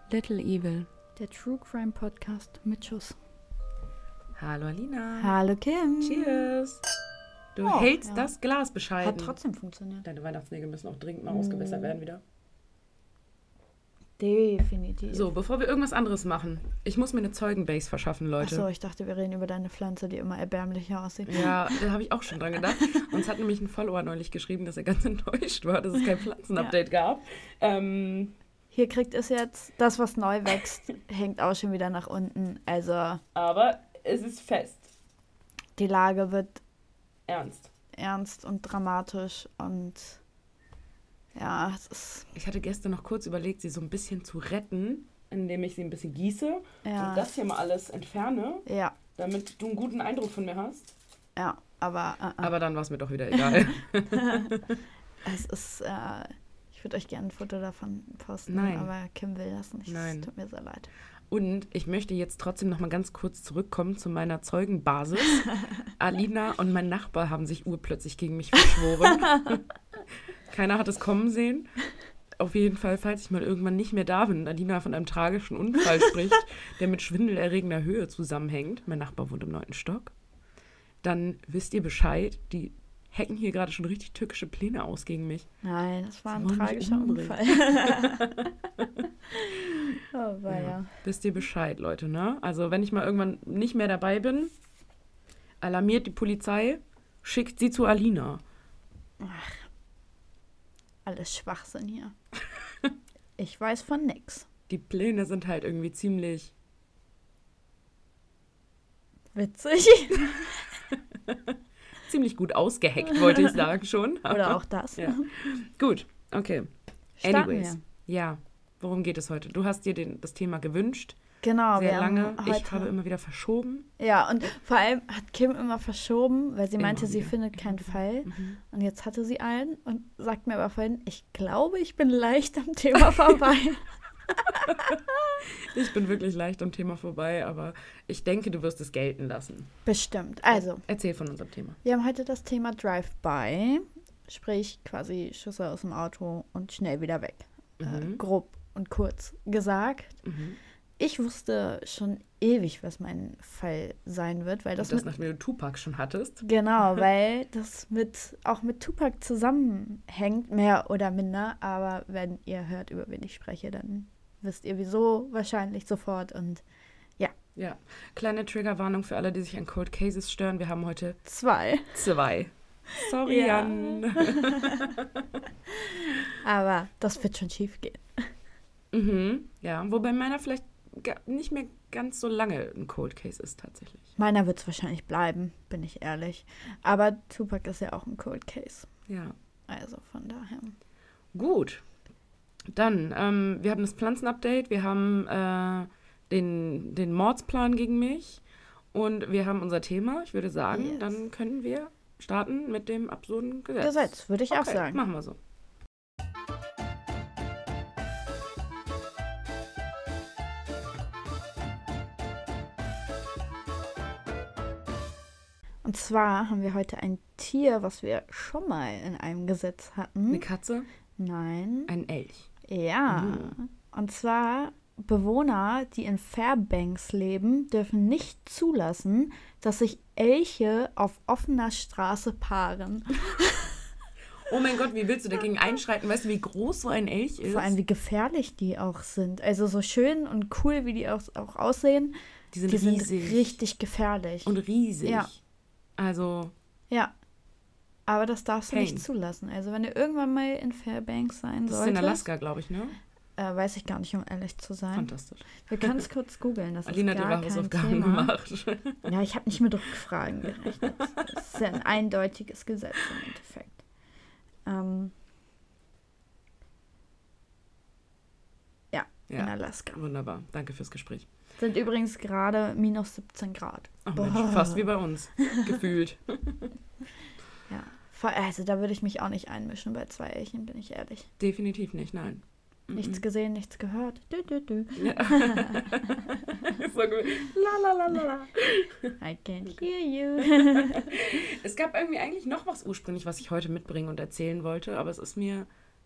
Little Evil. Der True Crime Podcast mit Schuss. Hallo Alina. Hallo Kim. Cheers. Du hältst das Glas bescheiden. Hat trotzdem funktioniert. Deine Weihnachtsnägel müssen auch dringend mal ausgebessert werden wieder. Definitiv. So, bevor wir irgendwas anderes machen, ich muss mir eine Zeugenbase verschaffen, Leute. Achso, ich dachte, wir reden über deine Pflanze, die immer erbärmlicher aussieht. Ja, da habe ich auch schon dran gedacht. Uns hat nämlich ein Follower neulich geschrieben, dass er ganz enttäuscht war, dass es kein Pflanzenupdate gab. Hier kriegt es jetzt, das, was neu wächst, hängt auch schon wieder nach unten. Also. Aber es ist fest. Die Lage wird ernst und dramatisch und ja, es ist. Ich hatte gestern noch kurz überlegt, sie so ein bisschen zu retten, indem ich sie ein bisschen gieße und das hier mal alles entferne, damit du einen guten Eindruck von mir hast. Ja, aber. Aber dann war es mir doch wieder egal. Es ist. Ich würde euch gerne ein Foto davon posten, aber Kim will das nicht. Nein. Es tut mir sehr leid. Und ich möchte jetzt trotzdem noch mal ganz kurz zurückkommen zu meiner Zeugenbasis. Alina und mein Nachbar haben sich urplötzlich gegen mich verschworen. Keiner hat es kommen sehen. Auf jeden Fall, falls ich mal irgendwann nicht mehr da bin und Alina von einem tragischen Unfall spricht, der mit schwindelerregender Höhe zusammenhängt, mein Nachbar wohnt im 9. Stock, dann wisst ihr Bescheid, die hacken hier gerade schon richtig tückische Pläne aus gegen mich. Nein, das war ein tragischer Unfall. Aber ja. Wisst ihr Bescheid, Leute, ne? Also wenn ich mal irgendwann nicht mehr dabei bin, alarmiert die Polizei, schickt sie zu Alina. Ach, alles Schwachsinn hier. Ich weiß von nix. Die Pläne sind halt irgendwie ziemlich witzig. Ziemlich gut ausgeheckt, wollte ich sagen schon. Oder auch das. Ja. Gut, okay. Anyways. Ja, worum geht es heute? Du hast dir das Thema gewünscht. Genau. Sehr lange. Ich habe immer wieder verschoben. Ja, und vor allem hat Kim immer verschoben, weil sie meinte, sie findet keinen Fall. Und jetzt hatte sie einen und sagt mir aber vorhin, ich glaube, ich bin leicht am Thema vorbei. Ich bin wirklich leicht am Thema vorbei, aber ich denke, du wirst es gelten lassen. Bestimmt. Also. Erzähl von unserem Thema. Wir haben heute das Thema Drive-by, sprich quasi Schüsse aus dem Auto und schnell wieder weg. Grob und kurz gesagt. Ich wusste schon ewig, was mein Fall sein wird, weil das nachdem du Tupac schon hattest. Genau, weil das auch mit Tupac zusammenhängt, mehr oder minder. Aber wenn ihr hört, über wen ich spreche, dann wisst ihr wieso wahrscheinlich sofort und ja. Ja, kleine Triggerwarnung für alle, die sich an Cold Cases stören. Wir haben heute 2. Sorry, Jan. Aber das wird schon schief gehen. Ja, wobei meiner vielleicht nicht mehr ganz so lange ein Cold Case ist tatsächlich. Meiner wird es wahrscheinlich bleiben, bin ich ehrlich. Aber Tupac ist ja auch ein Cold Case. Ja. Also von daher. Gut. Dann, wir haben das Pflanzenupdate, wir haben den Mordsplan gegen mich und wir haben unser Thema. Ich würde sagen, Dann können wir starten mit dem absurden Gesetz. Würde ich auch sagen. Machen wir so. Und zwar haben wir heute ein Tier, was wir schon mal in einem Gesetz hatten. Eine Katze? Nein. Ein Elch. Ja. Und zwar Bewohner, die in Fairbanks leben, dürfen nicht zulassen, dass sich Elche auf offener Straße paaren. Oh mein Gott, wie willst du dagegen einschreiten? Weißt du, wie groß so ein Elch ist? Vor allem, wie gefährlich die auch sind. Also so schön und cool, wie die auch aussehen. Die sind richtig gefährlich. Und riesig. Ja. Also. Ja. Aber das darfst du nicht zulassen. Also wenn du irgendwann mal in Fairbanks sein solltest. Das ist in Alaska, glaube ich, ne? Weiß ich gar nicht, um ehrlich zu sein. Fantastisch. Wir können es kurz googeln. Alina hat ihre Hausaufgaben gemacht. Ja, ich habe nicht mit Rückfragen gerechnet. Das ist ja ein eindeutiges Gesetz im Endeffekt. In Alaska. Wunderbar. Danke fürs Gespräch. Sind übrigens gerade minus 17 Grad. Ach Mensch, fast wie bei uns. Gefühlt. Ja. Also da würde ich mich auch nicht einmischen bei 2 Elchen, bin ich ehrlich. Definitiv nicht, nein. Nichts gesehen, nichts gehört. Ja. So gut. La. I can't hear you. Es gab irgendwie eigentlich noch was ursprünglich, was ich heute mitbringen und erzählen wollte, aber es ist mir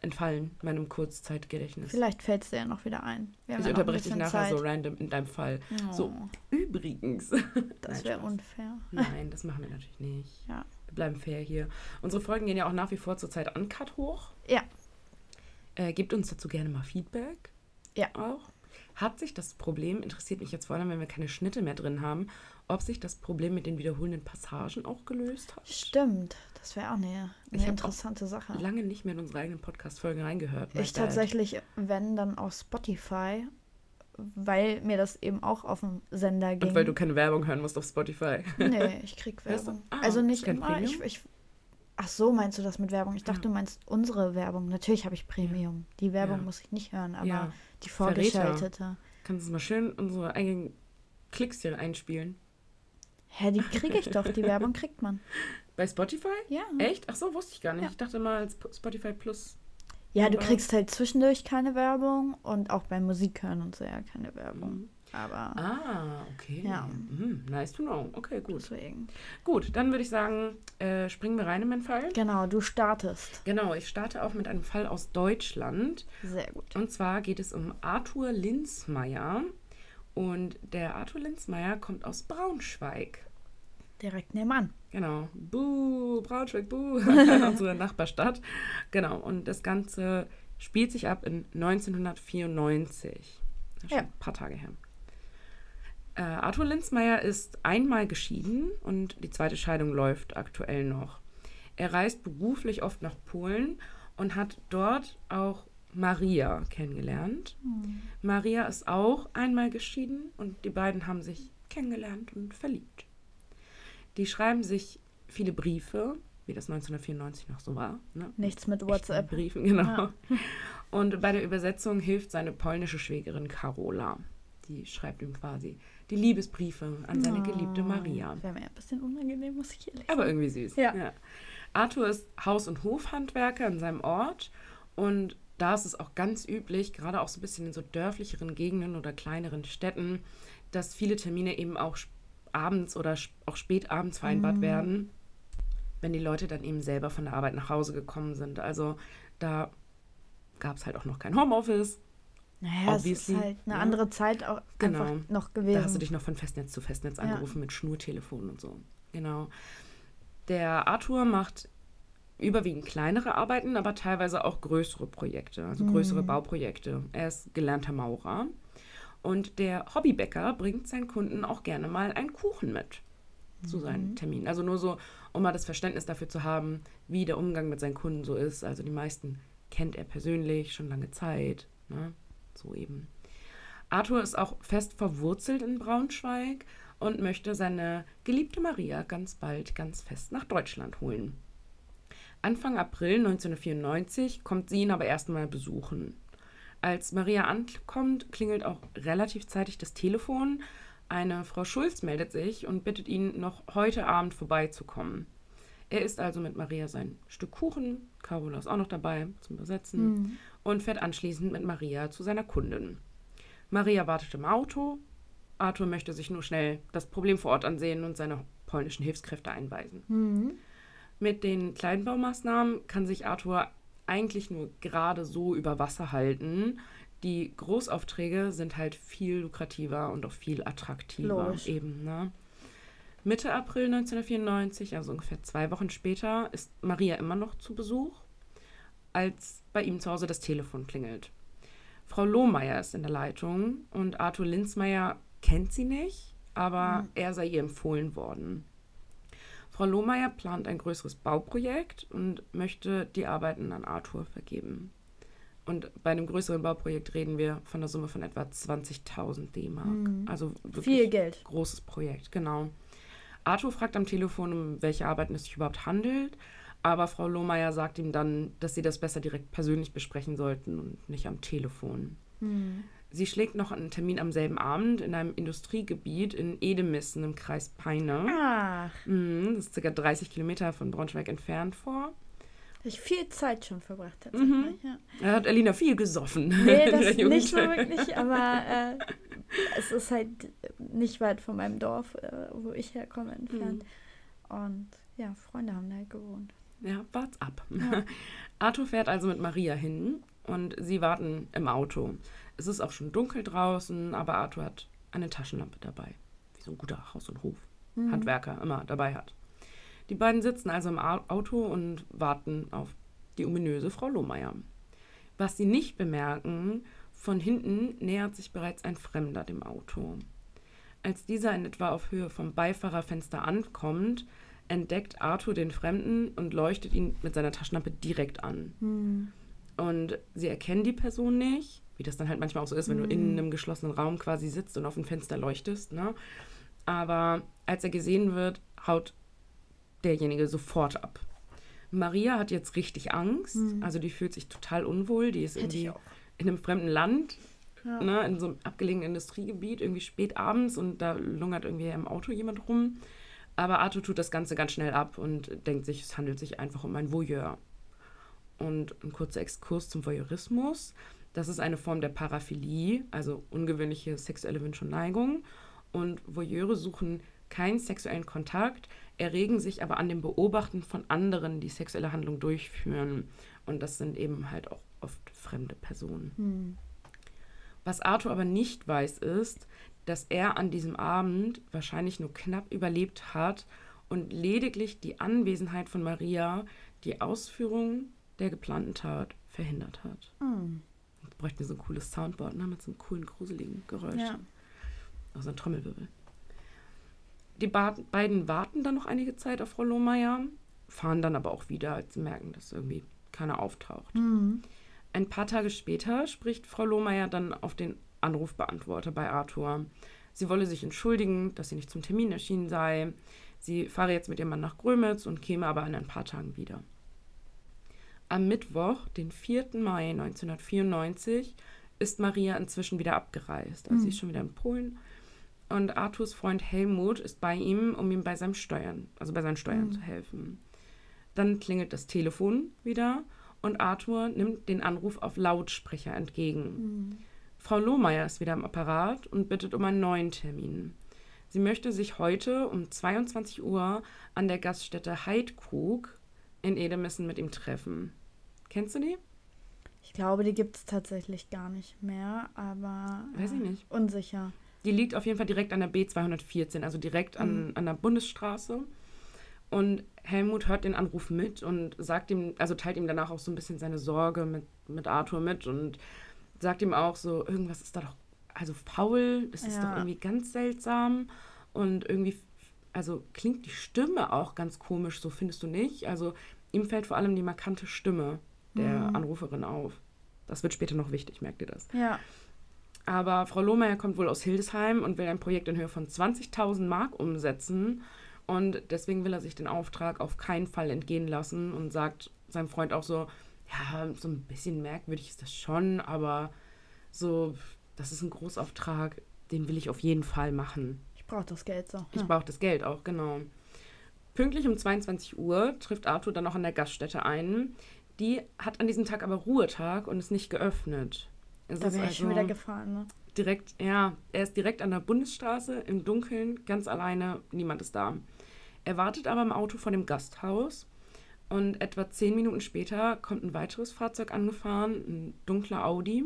entfallen, meinem Kurzzeitgedächtnis. Vielleicht fällt es dir ja noch wieder ein. Ich unterbreche dich nachher so random in deinem Fall. Oh. So, übrigens. Das wäre unfair. Nein, das machen wir natürlich nicht. Ja. Wir bleiben fair hier. Unsere Folgen gehen ja auch nach wie vor zurzeit uncut hoch. Ja. Gebt uns dazu gerne mal Feedback. Ja. Auch. Hat sich das Problem, interessiert mich jetzt vor allem, wenn wir keine Schnitte mehr drin haben, ob sich das Problem mit den wiederholenden Passagen auch gelöst hat? Stimmt, das wäre auch eine interessante Sache. Lange nicht mehr in unsere eigenen Podcast-Folgen reingehört. Ich tatsächlich, wenn dann auf Spotify, weil mir das eben auch auf dem Sender ging. Und weil du keine Werbung hören musst auf Spotify. Nee, ich krieg Werbung. Ah, also nicht kein immer. Premium? Ach so, meinst du das mit Werbung? Ich dachte, du meinst unsere Werbung. Natürlich habe ich Premium. Die Werbung muss ich nicht hören, aber die vorgeschaltete. Kannst du mal schön unsere eigenen Klicks hier einspielen? Hä, die kriege ich doch. Die Werbung kriegt man. Bei Spotify? Ja. Echt? Ach so, wusste ich gar nicht. Ja. Ich dachte mal als Spotify Plus. Ja, du kriegst halt zwischendurch keine Werbung und auch beim Musik hören und so ja keine Werbung. Aber. Okay. Ja. Nice to know. Okay, gut. Deswegen. Gut, dann würde ich sagen, springen wir rein in meinen Fall. Genau, du startest. Genau, ich starte auch mit einem Fall aus Deutschland. Sehr gut. Und zwar geht es um Arthur Linsmeier. Und der Arthur Linsmeier kommt aus Braunschweig. Direkt nebenan. Genau. Buh, Braunschweig, buh. Unsere Nachbarstadt. Genau. Und das Ganze spielt sich ab in 1994. Das ist schon ein paar Tage her. Arthur Linsmeier ist einmal geschieden und die zweite Scheidung läuft aktuell noch. Er reist beruflich oft nach Polen und hat dort auch Maria kennengelernt. Maria ist auch einmal geschieden und die beiden haben sich kennengelernt und verliebt. Die schreiben sich viele Briefe, wie das 1994 noch so war. Ne? Nichts mit WhatsApp. Briefen, genau. Ja. Und bei der Übersetzung hilft seine polnische Schwägerin Karola. Die schreibt ihm quasi die Liebesbriefe an seine geliebte Maria. Wäre mir ein bisschen unangenehm, muss ich ehrlich sagen. Aber irgendwie süß. Ja. Arthur ist Haus- und Hofhandwerker in seinem Ort und da ist es auch ganz üblich, gerade auch so ein bisschen in so dörflicheren Gegenden oder kleineren Städten, dass viele Termine eben auch abends oder auch spät abends vereinbart werden, wenn die Leute dann eben selber von der Arbeit nach Hause gekommen sind. Also da gab es halt auch noch kein Homeoffice. Naja, es ist halt eine andere Zeit auch einfach noch gewesen. Da hast du dich noch von Festnetz zu Festnetz angerufen mit Schnurtelefon und so. Genau. Der Arthur macht überwiegend kleinere Arbeiten, aber teilweise auch größere Projekte, also größere Bauprojekte. Er ist gelernter Maurer. Und der Hobbybäcker bringt seinen Kunden auch gerne mal einen Kuchen mit zu seinen Terminen. Also nur so, um mal das Verständnis dafür zu haben, wie der Umgang mit seinen Kunden so ist. Also die meisten kennt er persönlich, schon lange Zeit. Ne? So eben. Arthur ist auch fest verwurzelt in Braunschweig und möchte seine geliebte Maria ganz bald ganz fest nach Deutschland holen. Anfang April 1994 kommt sie ihn aber erstmal besuchen. Als Maria ankommt, klingelt auch relativ zeitig das Telefon. Eine Frau Schulz meldet sich und bittet ihn, noch heute Abend vorbeizukommen. Er isst also mit Maria sein Stück Kuchen, Carola ist auch noch dabei zum Übersetzen, und fährt anschließend mit Maria zu seiner Kundin. Maria wartet im Auto. Arthur möchte sich nur schnell das Problem vor Ort ansehen und seine polnischen Hilfskräfte einweisen. Mit den Kleinbaumaßnahmen kann sich Arthur eigentlich nur gerade so über Wasser halten. Die Großaufträge sind halt viel lukrativer und auch viel attraktiver. Eben, ne? Mitte April 1994, also ungefähr 2 Wochen später, ist Maria immer noch zu Besuch, als bei ihm zu Hause das Telefon klingelt. Frau Lohmeier ist in der Leitung und Arthur Linsmeier kennt sie nicht, aber er sei ihr empfohlen worden. Frau Lohmeier plant ein größeres Bauprojekt und möchte die Arbeiten an Arthur vergeben. Und bei einem größeren Bauprojekt reden wir von der Summe von etwa 20.000 D-Mark. Also wirklich viel Geld. Großes Projekt, genau. Arthur fragt am Telefon, um welche Arbeiten es sich überhaupt handelt, aber Frau Lohmeier sagt ihm dann, dass sie das besser direkt persönlich besprechen sollten und nicht am Telefon. Sie schlägt noch einen Termin am selben Abend in einem Industriegebiet in Edemissen im Kreis Peine. Ach. Das ist ca. 30 Kilometer von Braunschweig entfernt vor. Habe ich viel Zeit schon verbracht tatsächlich. Ja. Da hat Alina viel gesoffen. Nee, das nicht so wirklich, aber es ist halt nicht weit von meinem Dorf, wo ich herkomme, entfernt. Und ja, Freunde haben da halt gewohnt. Ja, wart's ab. Ja. Arthur fährt also mit Maria hin und sie warten im Auto. Es ist auch schon dunkel draußen, aber Arthur hat eine Taschenlampe dabei, wie so ein guter Haus- und Hof-Handwerker immer dabei hat. Die beiden sitzen also im Auto und warten auf die ominöse Frau Lohmeier. Was sie nicht bemerken, von hinten nähert sich bereits ein Fremder dem Auto. Als dieser in etwa auf Höhe vom Beifahrerfenster ankommt, entdeckt Arthur den Fremden und leuchtet ihn mit seiner Taschenlampe direkt an. Und sie erkennen die Person nicht, wie das dann halt manchmal auch so ist, wenn du in einem geschlossenen Raum quasi sitzt und auf ein Fenster leuchtest. Ne? Aber als er gesehen wird, haut derjenige sofort ab. Maria hat jetzt richtig Angst, also die fühlt sich total unwohl, die ist irgendwie in einem fremden Land, ne, in so einem abgelegenen Industriegebiet, irgendwie spät abends und da lungert irgendwie im Auto jemand rum. Aber Arthur tut das Ganze ganz schnell ab und denkt sich, es handelt sich einfach um ein Voyeur. Und ein kurzer Exkurs zum Voyeurismus. Das ist eine Form der Paraphilie, also ungewöhnliche sexuelle Wünsche und Neigungen. Und Voyeure suchen keinen sexuellen Kontakt, erregen sich aber an dem Beobachten von anderen, die sexuelle Handlungen durchführen. Und das sind eben halt auch oft fremde Personen. Was Arthur aber nicht weiß, ist, dass er an diesem Abend wahrscheinlich nur knapp überlebt hat und lediglich die Anwesenheit von Maria die Ausführung der geplanten Tat verhindert hat. Jetzt bräuchten wir so ein cooles Soundboard, ne, mit so einem coolen, gruseligen Geräusch. Ja. Also ein Trommelwirbel. Die beiden warten dann noch einige Zeit auf Frau Lohmeier, fahren dann aber auch wieder, als sie merken, dass irgendwie keiner auftaucht. Ein paar Tage später spricht Frau Lohmeier dann auf den Anrufbeantworter bei Arthur. Sie wolle sich entschuldigen, dass sie nicht zum Termin erschienen sei. Sie fahre jetzt mit ihrem Mann nach Grömitz und käme aber in ein paar Tagen wieder. Am Mittwoch, den 4. Mai 1994, ist Maria inzwischen wieder abgereist. Also sie ist schon wieder in Polen. Und Arthurs Freund Helmut ist bei ihm, um ihm bei seinen Steuern zu helfen. Dann klingelt das Telefon wieder und Arthur nimmt den Anruf auf Lautsprecher entgegen. Frau Lohmeier ist wieder am Apparat und bittet um einen neuen Termin. Sie möchte sich heute um 22 Uhr an der Gaststätte Heidkrug in Edemissen mit ihm treffen. Kennst du die? Ich glaube, die gibt es tatsächlich gar nicht mehr, aber Weiß ich nicht. Unsicher. Die liegt auf jeden Fall direkt an der B214, also direkt an der Bundesstraße. Und Helmut hört den Anruf mit und sagt ihm, also teilt ihm danach auch so ein bisschen seine Sorge mit Arthur mit und sagt ihm auch so, irgendwas ist da doch, also faul, das ist doch irgendwie ganz seltsam und irgendwie, also klingt die Stimme auch ganz komisch, so findest du nicht? Also ihm fällt vor allem die markante Stimme der Anruferin auf. Das wird später noch wichtig, merkt ihr das? Ja. Aber Frau Lohmeier kommt wohl aus Hildesheim und will ein Projekt in Höhe von 20.000 Mark umsetzen. Und deswegen will er sich den Auftrag auf keinen Fall entgehen lassen und sagt seinem Freund auch so, ja, so ein bisschen merkwürdig ist das schon, aber so, das ist ein Großauftrag, den will ich auf jeden Fall machen. Ich brauche das Geld so. Ich brauche das Geld auch, genau. Pünktlich um 22 Uhr trifft Arthur dann noch an der Gaststätte ein. Die hat an diesem Tag aber Ruhetag und ist nicht geöffnet. Da wäre ich schon wieder gefahren, ne? Er ist direkt an der Bundesstraße, im Dunkeln, ganz alleine, niemand ist da. Er wartet aber im Auto vor dem Gasthaus und etwa 10 Minuten später kommt ein weiteres Fahrzeug angefahren, ein dunkler Audi.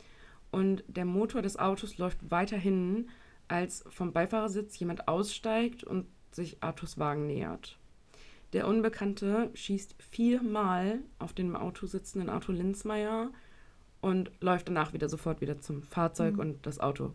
Und der Motor des Autos läuft weiterhin, als vom Beifahrersitz jemand aussteigt und sich Arthurs Wagen nähert. Der Unbekannte schießt 4-mal auf den im Auto sitzenden Arthur Linzmeier und läuft danach sofort wieder zum Fahrzeug und das Auto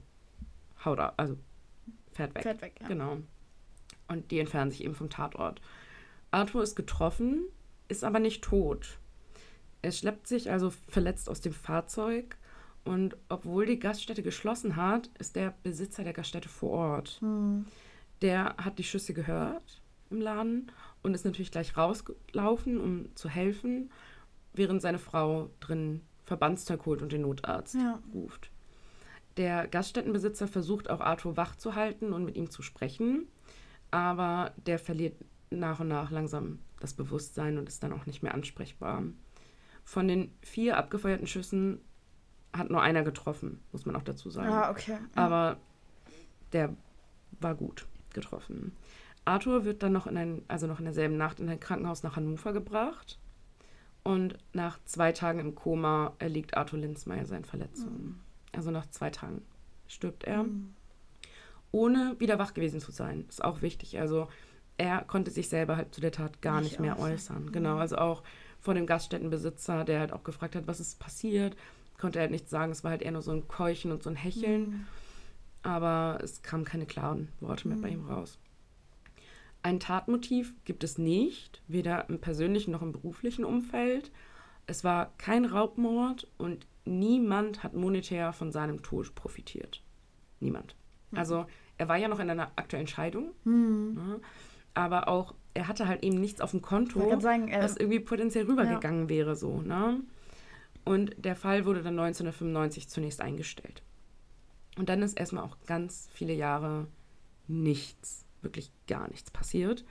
fährt weg. Fährt weg, ja. Genau. Und die entfernen sich eben vom Tatort. Arthur ist getroffen, ist aber nicht tot. Er schleppt sich also verletzt aus dem Fahrzeug und obwohl die Gaststätte geschlossen hat, ist der Besitzer der Gaststätte vor Ort. Der hat die Schüsse gehört im Laden und ist natürlich gleich rausgelaufen, um zu helfen, während seine Frau drin Verbandszeug holt und den Notarzt ruft. Der Gaststättenbesitzer versucht auch Arthur wach zu halten und mit ihm zu sprechen, aber der verliert nach und nach langsam das Bewusstsein und ist dann auch nicht mehr ansprechbar. Von den 4 abgefeuerten Schüssen hat nur einer getroffen, muss man auch dazu sagen. Ah, okay. Aber der war gut getroffen. Arthur wird dann noch in derselben Nacht in ein Krankenhaus nach Hannover gebracht Und nach 2 Tagen im Koma erliegt Arthur Linzmeier seinen Verletzungen. Also nach 2 Tagen stirbt er, ohne wieder wach gewesen zu sein. Ist auch wichtig. Also er konnte sich selber halt zu der Tat gar nicht mehr äußern. Genau, also auch vor dem Gaststättenbesitzer, der halt auch gefragt hat, was ist passiert, konnte er halt nichts sagen. Es war halt eher nur so ein Keuchen und so ein Hecheln. Aber es kamen keine klaren Worte mehr bei ihm raus. Ein Tatmotiv gibt es nicht, weder im persönlichen noch im beruflichen Umfeld. Es war kein Raubmord und niemand hat monetär von seinem Tod profitiert. Niemand. Also er war ja noch in einer aktuellen Scheidung, ja, aber auch er hatte halt eben nichts auf dem Konto, was irgendwie potenziell rübergegangen wäre. So, ne? Und der Fall wurde dann 1995 zunächst eingestellt. Und dann ist erstmal auch ganz viele Jahre nichts, wirklich gar nichts passiert.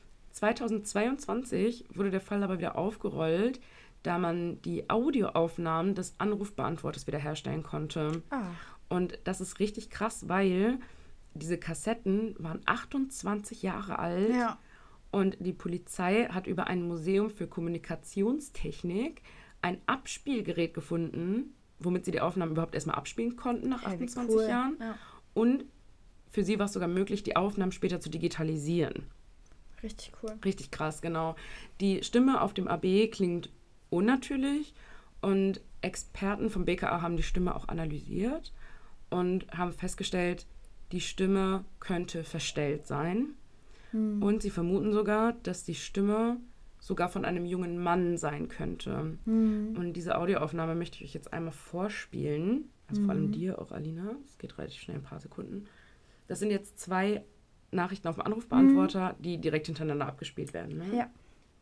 2022 wurde der Fall aber wieder aufgerollt, da man die Audioaufnahmen des Anrufbeantworters wiederherstellen konnte. Und das ist richtig krass, weil diese Kassetten waren 28 Jahre alt und die Polizei hat über ein Museum für Kommunikationstechnik ein Abspielgerät gefunden, womit sie die Aufnahmen überhaupt erstmal abspielen konnten nach 28 Jahren. Ja. Und für sie war es sogar möglich, die Aufnahmen später zu digitalisieren. Richtig cool. Richtig krass, genau. Die Stimme auf dem AB klingt unnatürlich und Experten vom BKA haben die Stimme auch analysiert und haben festgestellt, die Stimme könnte verstellt sein. Und sie vermuten sogar, dass die Stimme sogar von einem jungen Mann sein könnte. Und diese Audioaufnahme möchte ich euch jetzt einmal vorspielen. Also vor allem dir auch, Alina. Es geht relativ schnell, ein paar Sekunden. Das sind jetzt 2 Nachrichten auf dem Anrufbeantworter, die direkt hintereinander abgespielt werden. Ne? Ja.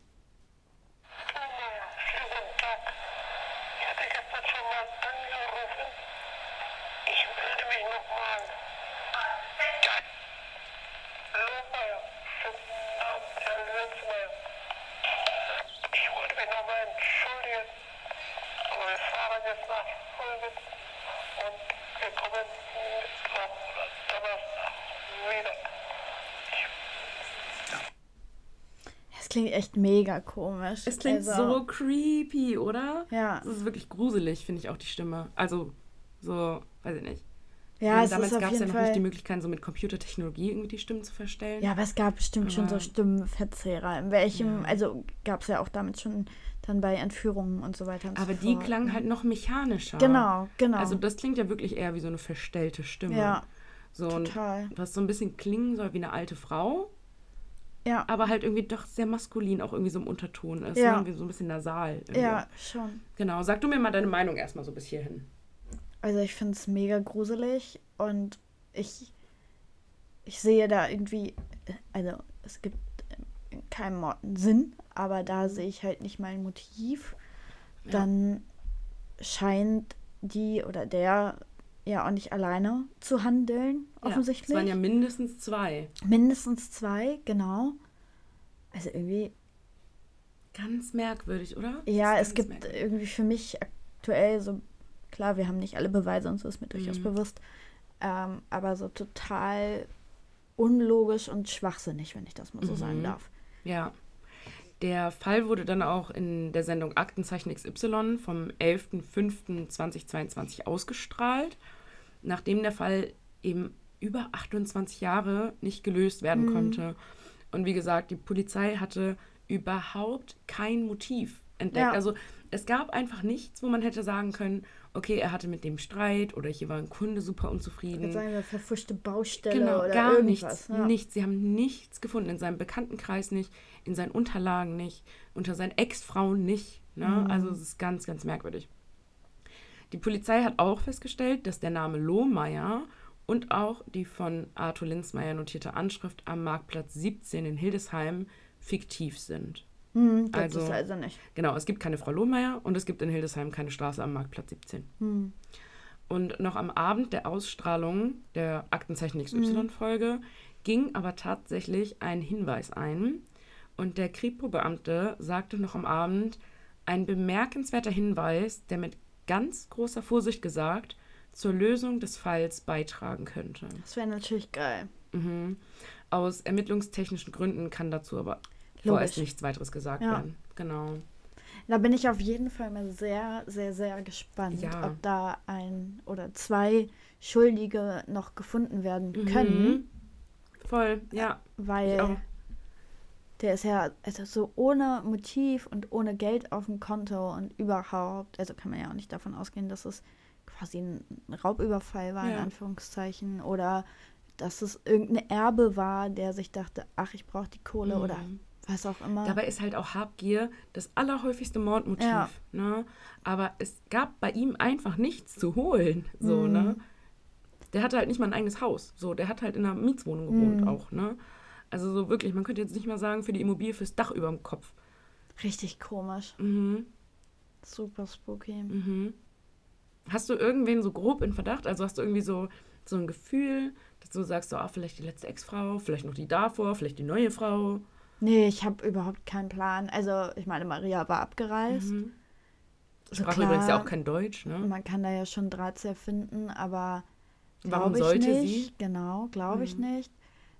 Das klingt echt mega komisch. Es klingt so creepy, oder? Ja. Es ist wirklich gruselig, finde ich auch, die Stimme. Also, so, weiß ich nicht. Ja, es damals ist auf gab es ja jeden noch nicht Fall die Möglichkeit, so mit Computertechnologie irgendwie die Stimmen zu verstellen. Ja, aber es gab bestimmt schon so Stimmenverzehrer. In welchem, Ja. also gab es ja auch damit schon dann bei Entführungen und so weiter und Aber so die fort. klangen halt noch mechanischer. Genau. Also das klingt ja wirklich eher wie so eine verstellte Stimme. Ja, so total. Was so ein bisschen klingen soll wie eine alte Frau, Ja, aber halt irgendwie doch sehr maskulin auch irgendwie so im Unterton ist. Ja. Ne? Irgendwie so ein bisschen nasal. Irgendwie. ja, schon. Genau, sag du mir mal deine Meinung erstmal so bis hierhin. Also ich finde es mega gruselig und ich sehe da irgendwie, also es gibt in keinem Mord einen Sinn, aber da sehe ich halt nicht mal ein Motiv. Ja. Dann scheint die oder der ja auch nicht alleine zu handeln, offensichtlich. Ja, es waren ja mindestens 2. Mindestens 2, genau. Also irgendwie, Ganz merkwürdig, oder? ja, Das ist es ganz gibt merkwürdig. irgendwie für mich aktuell so, klar, wir haben nicht alle Beweise, uns ist mir durchaus bewusst, aber so total unlogisch und schwachsinnig, wenn ich das mal so sagen darf. Ja. Der Fall wurde dann auch in der Sendung Aktenzeichen XY vom 11.05.2022 ausgestrahlt, nachdem der Fall eben über 28 Jahre nicht gelöst werden konnte. Und wie gesagt, die Polizei hatte überhaupt kein Motiv entdeckt. Ja. Also es gab einfach nichts, wo man hätte sagen können, okay, er hatte mit dem Streit oder hier war ein Kunde super unzufrieden. Jetzt sagen wir verfuschte Baustelle Genau, oder gar irgendwas. nichts, Ja. nichts. Sie haben nichts gefunden, in seinem Bekanntenkreis nicht, in seinen Unterlagen nicht, unter seinen Ex-Frauen nicht. Ne? Also es ist ganz, ganz merkwürdig. Die Polizei hat auch festgestellt, dass der Name Lohmeier und auch die von Arthur Linzmeier notierte Anschrift am Marktplatz 17 in Hildesheim fiktiv sind. Gibt Also- es also nicht. Genau, es gibt keine Frau Lohmeier und es gibt in Hildesheim keine Straße am Marktplatz 17. Und noch am Abend der Ausstrahlung der Aktenzeichen XY-Folge ging aber tatsächlich ein Hinweis ein. Und der Kripo-Beamte sagte noch am Abend, ein bemerkenswerter Hinweis, der mit ganz großer Vorsicht gesagt zur Lösung des Falls beitragen könnte. Das wäre natürlich geil. Aus ermittlungstechnischen Gründen kann dazu aber vorerst nichts weiteres gesagt werden. Genau. Da bin ich auf jeden Fall mal sehr, sehr, sehr gespannt, ob da 1 oder 2 Schuldige noch gefunden werden können. Voll, ja. Weil der ist ja also so ohne Motiv und ohne Geld auf dem Konto und überhaupt, also kann man ja auch nicht davon ausgehen, dass es quasi ein Raubüberfall war, in Anführungszeichen, oder dass es irgendein Erbe war, der sich dachte, ach, ich brauche die Kohle oder was auch immer. Dabei ist halt auch Habgier das allerhäufigste Mordmotiv. Ja. Ne? Aber es gab bei ihm einfach nichts zu holen. So, ne? Der hatte halt nicht mal ein eigenes Haus. So, der hat halt in einer Mietswohnung gewohnt auch. Ne? Also so wirklich, man könnte jetzt nicht mal sagen, für die Immobilie, fürs Dach über dem Kopf. Richtig komisch. Super spooky. Hast du irgendwen so grob in Verdacht? Also hast du irgendwie so ein Gefühl, dass du sagst, so, vielleicht die letzte Ex-Frau, vielleicht noch die davor, vielleicht die neue Frau? Nee, ich habe überhaupt keinen Plan. Also, ich meine, Maria war abgereist. Sprach übrigens ja auch kein Deutsch, ne? Man kann da ja schon Drahtzieher finden, aber warum sollte nicht. Sie? Genau, glaube ich nicht.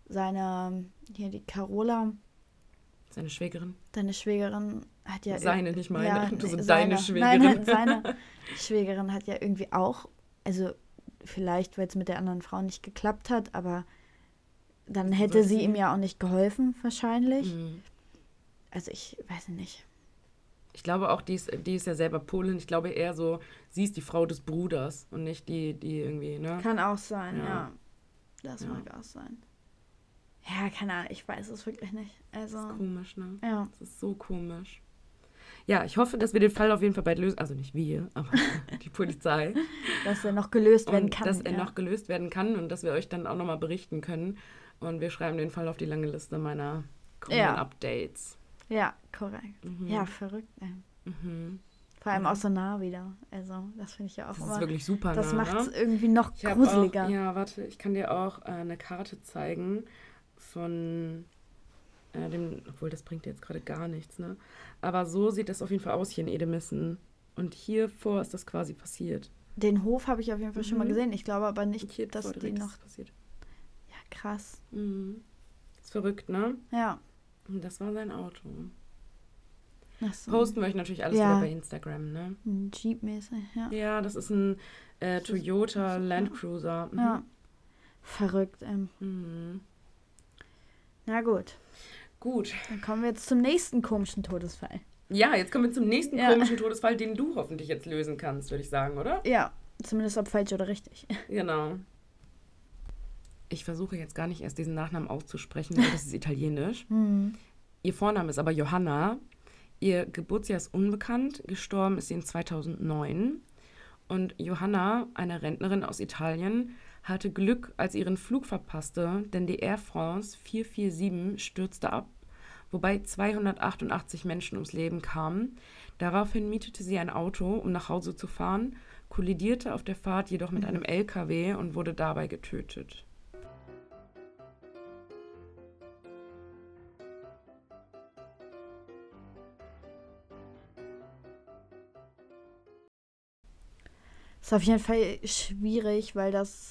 Die Carola. Seine Schwägerin. Deine Schwägerin hat ja... Seine, nicht meine. Ja, du so deine Schwägerin. Nein, seine Schwägerin hat ja irgendwie auch, also vielleicht, weil es mit der anderen Frau nicht geklappt hat, aber dann hätte sie ihm ja auch nicht geholfen, wahrscheinlich. Also ich weiß nicht. Ich glaube auch, die ist ja selber Polin. Ich glaube eher so, sie ist die Frau des Bruders und nicht die irgendwie, ne? Kann auch sein, ja. Das mag auch sein. Ja, keine Ahnung, ich weiß es wirklich nicht. Also, das ist komisch, ne? Ja. Das ist so komisch. Ja, ich hoffe, dass wir den Fall auf jeden Fall bald lösen. Also nicht wir, aber die Polizei. Dass er noch gelöst werden kann. Dass er noch gelöst werden kann und dass wir euch dann auch nochmal berichten können. Und wir schreiben den Fall auf die lange Liste meiner kommenden Updates. Ja, korrekt. Ja, verrückt. Vor allem auch so nah wieder. Also, das finde ich ja auch immer... Das ist wirklich super nah. Das macht es irgendwie noch gruseliger. Warte, ich kann dir auch eine Karte zeigen von obwohl das bringt jetzt gerade gar nichts, ne? Aber so sieht das auf jeden Fall aus hier in Edemissen. Und hier vor ist das quasi passiert. Den Hof habe ich auf jeden Fall schon mal gesehen. Ich glaube aber nicht, hier dass die noch... passiert. Ja, krass. Ist verrückt, ne? Ja. Und das war sein Auto. So. Posten wir euch natürlich alles wieder bei Instagram, ne? Jeep-mäßig, ja. Ja, das ist ein Toyota Land Cruiser. Ja. Verrückt, Na gut. Dann kommen wir jetzt zum nächsten komischen Todesfall. Ja, jetzt kommen wir zum nächsten komischen Todesfall, den du hoffentlich jetzt lösen kannst, würde ich sagen, oder? Ja, zumindest ob falsch oder richtig. Genau. Ich versuche jetzt gar nicht erst diesen Nachnamen auszusprechen, weil das ist italienisch. Ihr Vorname ist aber Johanna. Ihr Geburtsjahr ist unbekannt. Gestorben ist sie in 2009. Und Johanna, eine Rentnerin aus Italien, hatte Glück, als sie ihren Flug verpasste, denn die Air France 447 stürzte ab, wobei 288 Menschen ums Leben kamen. Daraufhin mietete sie ein Auto, um nach Hause zu fahren, kollidierte auf der Fahrt jedoch mit einem LKW und wurde dabei getötet. Ist auf jeden Fall schwierig, weil das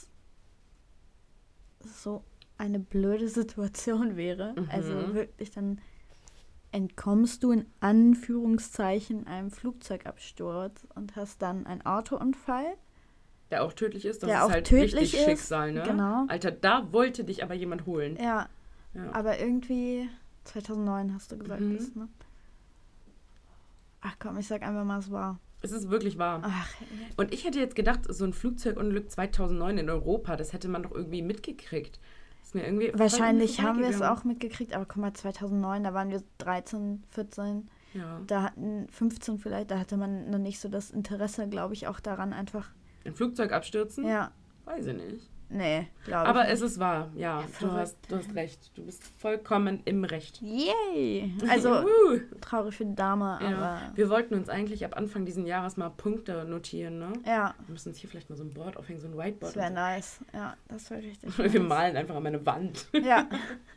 so eine blöde Situation wäre. Also wirklich, dann entkommst du in Anführungszeichen einem Flugzeugabsturz und hast dann einen Autounfall. Der auch tödlich ist, das der ist auch halt tödlich richtig ist. Schicksal, ne? Genau. Alter, da wollte dich aber jemand holen. Ja. Aber irgendwie 2009 hast du gesagt, das, ne? Ach komm, ich sag einfach mal, es war. Es ist wirklich wahr. Ach, und ich hätte jetzt gedacht, so ein Flugzeugunglück 2009 in Europa, das hätte man doch irgendwie mitgekriegt. Ist mir irgendwie wahrscheinlich haben wir es auch mitgekriegt, aber guck mal, 2009, da waren wir 13, 14. Ja. Da hatten 15 vielleicht, da hatte man noch nicht so das Interesse, glaube ich, auch daran einfach. Ein Flugzeug abstürzen? Ja. Weiß ich nicht. Nee, glaube ich Aber nicht. es ist wahr, ja. Du hast recht. Du bist vollkommen im Recht. Yay! Also, traurig für die Dame, ja. aber... Wir wollten uns eigentlich ab Anfang dieses Jahres mal Punkte notieren, ne? Ja. Wir müssen uns hier vielleicht mal so ein Board aufhängen, so ein Whiteboard. Das wäre nice. Ja, das wäre richtig Wir malen einfach an meine Wand. Ja.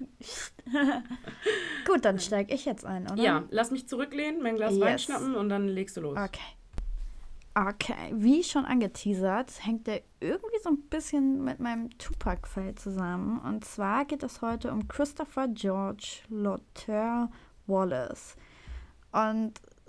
Gut, dann steige ich jetzt ein, oder? Ja, lass mich zurücklehnen, mein Glas Wein schnappen und dann legst du los. Okay, wie schon angeteasert, hängt der irgendwie so ein bisschen mit meinem Tupac-Fall zusammen. Und zwar geht es heute um Christopher George Luther Wallace. Und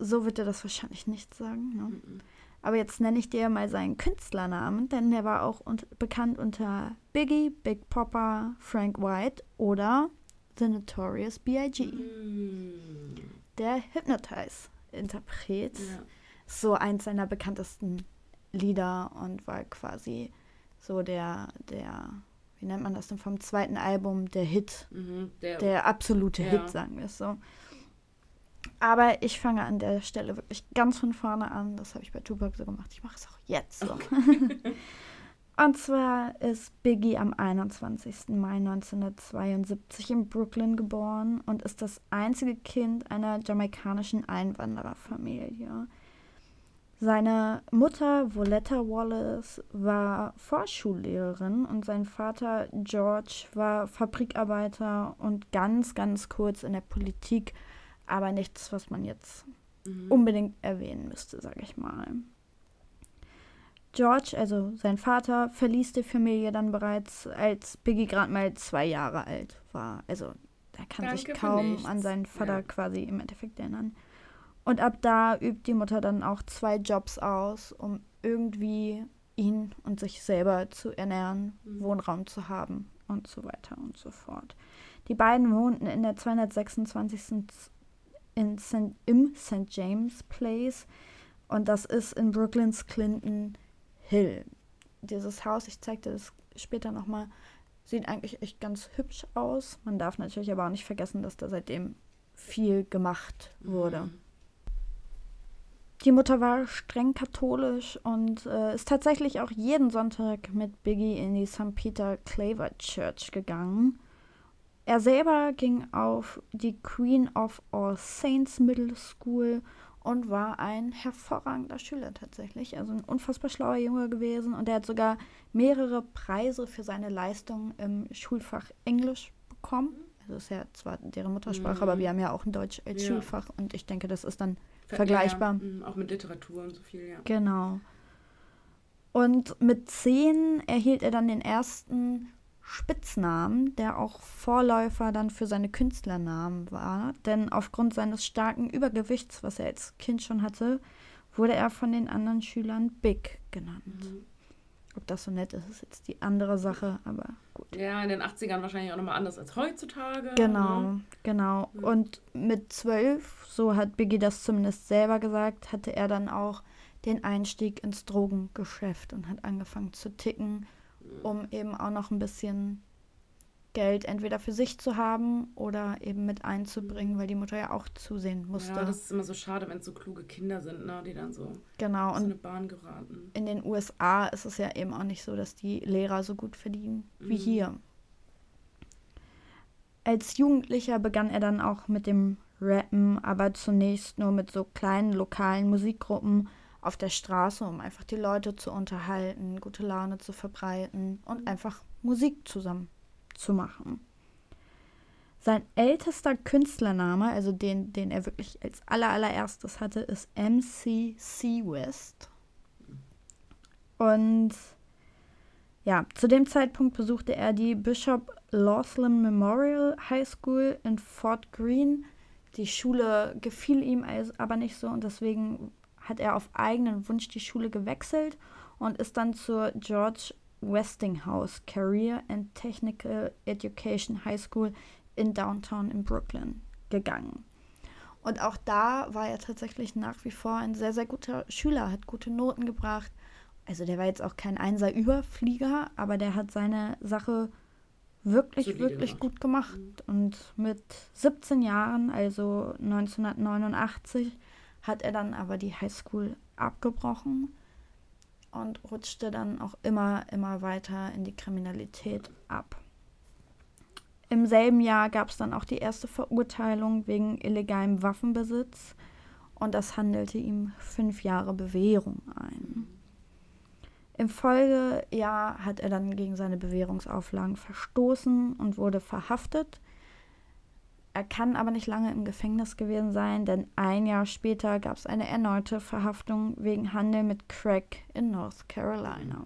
so wird er das wahrscheinlich nicht sagen. Ne? Aber jetzt nenne ich dir mal seinen Künstlernamen, denn der war auch bekannt unter Biggie, Big Poppa, Frank White oder The Notorious B.I.G. Der Hypnotize-Interpret. Ja. So eins seiner bekanntesten Lieder und war quasi so der wie nennt man das denn, vom zweiten Album, der Hit. Der absolute Hit, sagen wir es so. Aber ich fange an der Stelle wirklich ganz von vorne an. Das habe ich bei Tupac so gemacht. Ich mache es auch jetzt so. Okay. Und zwar ist Biggie am 21. Mai 1972 in Brooklyn geboren und ist das einzige Kind einer jamaikanischen Einwandererfamilie. Seine Mutter, Voletta Wallace, war Vorschullehrerin und sein Vater, George, war Fabrikarbeiter und ganz, ganz kurz in der Politik, aber nichts, was man jetzt unbedingt erwähnen müsste, sage ich mal. George, also sein Vater, verließ die Familie dann bereits, als Biggie gerade mal 2 Jahre alt war. Also er kann sich kaum an seinen Vater quasi im Endeffekt erinnern. Und ab da übt die Mutter dann auch 2 Jobs aus, um irgendwie ihn und sich selber zu ernähren, Wohnraum zu haben und so weiter und so fort. Die beiden wohnten in der 226. im St. James Place und das ist in Brooklyns Clinton Hill. Dieses Haus, ich zeige dir das später nochmal, sieht eigentlich echt ganz hübsch aus. Man darf natürlich aber auch nicht vergessen, dass da seitdem viel gemacht wurde. Die Mutter war streng katholisch und ist tatsächlich auch jeden Sonntag mit Biggie in die St. Peter Claver Church gegangen. Er selber ging auf die Queen of All Saints Middle School und war ein hervorragender Schüler tatsächlich. Also ein unfassbar schlauer Junge gewesen und er hat sogar mehrere Preise für seine Leistung im Schulfach Englisch bekommen. Also ist ja zwar deren Muttersprache, aber wir haben ja auch ein Deutsch als Schulfach und ich denke, das ist dann vergleichbar. Ja, auch mit Literatur und so viel, ja. Genau. Und mit 10 erhielt er dann den ersten Spitznamen, der auch Vorläufer dann für seine Künstlernamen war. Denn aufgrund seines starken Übergewichts, was er als Kind schon hatte, wurde er von den anderen Schülern Big genannt. Ob das so nett ist, ist jetzt die andere Sache, aber gut. Ja, in den 80ern wahrscheinlich auch nochmal anders als heutzutage. Genau, ne? Genau. Ja. Und mit 12, so hat Biggie das zumindest selber gesagt, hatte er dann auch den Einstieg ins Drogengeschäft und hat angefangen zu ticken, um eben auch noch ein bisschen Geld entweder für sich zu haben oder eben mit einzubringen, weil die Mutter ja auch zusehen musste. Ja, das ist immer so schade, wenn es so kluge Kinder sind, ne, die dann so genau. in eine Bahn geraten. In den USA ist es ja eben auch nicht so, dass die Lehrer so gut verdienen wie hier. Als Jugendlicher begann er dann auch mit dem Rappen, aber zunächst nur mit so kleinen lokalen Musikgruppen auf der Straße, um einfach die Leute zu unterhalten, gute Laune zu verbreiten und einfach Musik zusammen zu machen. Sein ältester Künstlername, also den er wirklich als allererstes hatte, ist MC West. Und ja, zu dem Zeitpunkt besuchte er die Bishop Laughlin Memorial High School in Fort Greene. Die Schule gefiel ihm aber nicht so und deswegen hat er auf eigenen Wunsch die Schule gewechselt und ist dann zur George Westinghouse Career and Technical Education High School in Downtown in Brooklyn gegangen. Und auch da war er tatsächlich nach wie vor ein sehr, sehr guter Schüler, hat gute Noten gebracht. Also der war jetzt auch kein Einser-Überflieger, aber der hat seine Sache wirklich gut gemacht. Und mit 17 Jahren, also 1989, hat er dann aber die Highschool abgebrochen und rutschte dann auch immer weiter in die Kriminalität ab. Im selben Jahr gab es dann auch die erste Verurteilung wegen illegalem Waffenbesitz und das handelte ihm 5 Jahre Bewährung ein. Im Folgejahr hat er dann gegen seine Bewährungsauflagen verstoßen und wurde verhaftet. Er kann aber nicht lange im Gefängnis gewesen sein, denn 1 Jahr später gab es eine erneute Verhaftung wegen Handel mit Crack in North Carolina.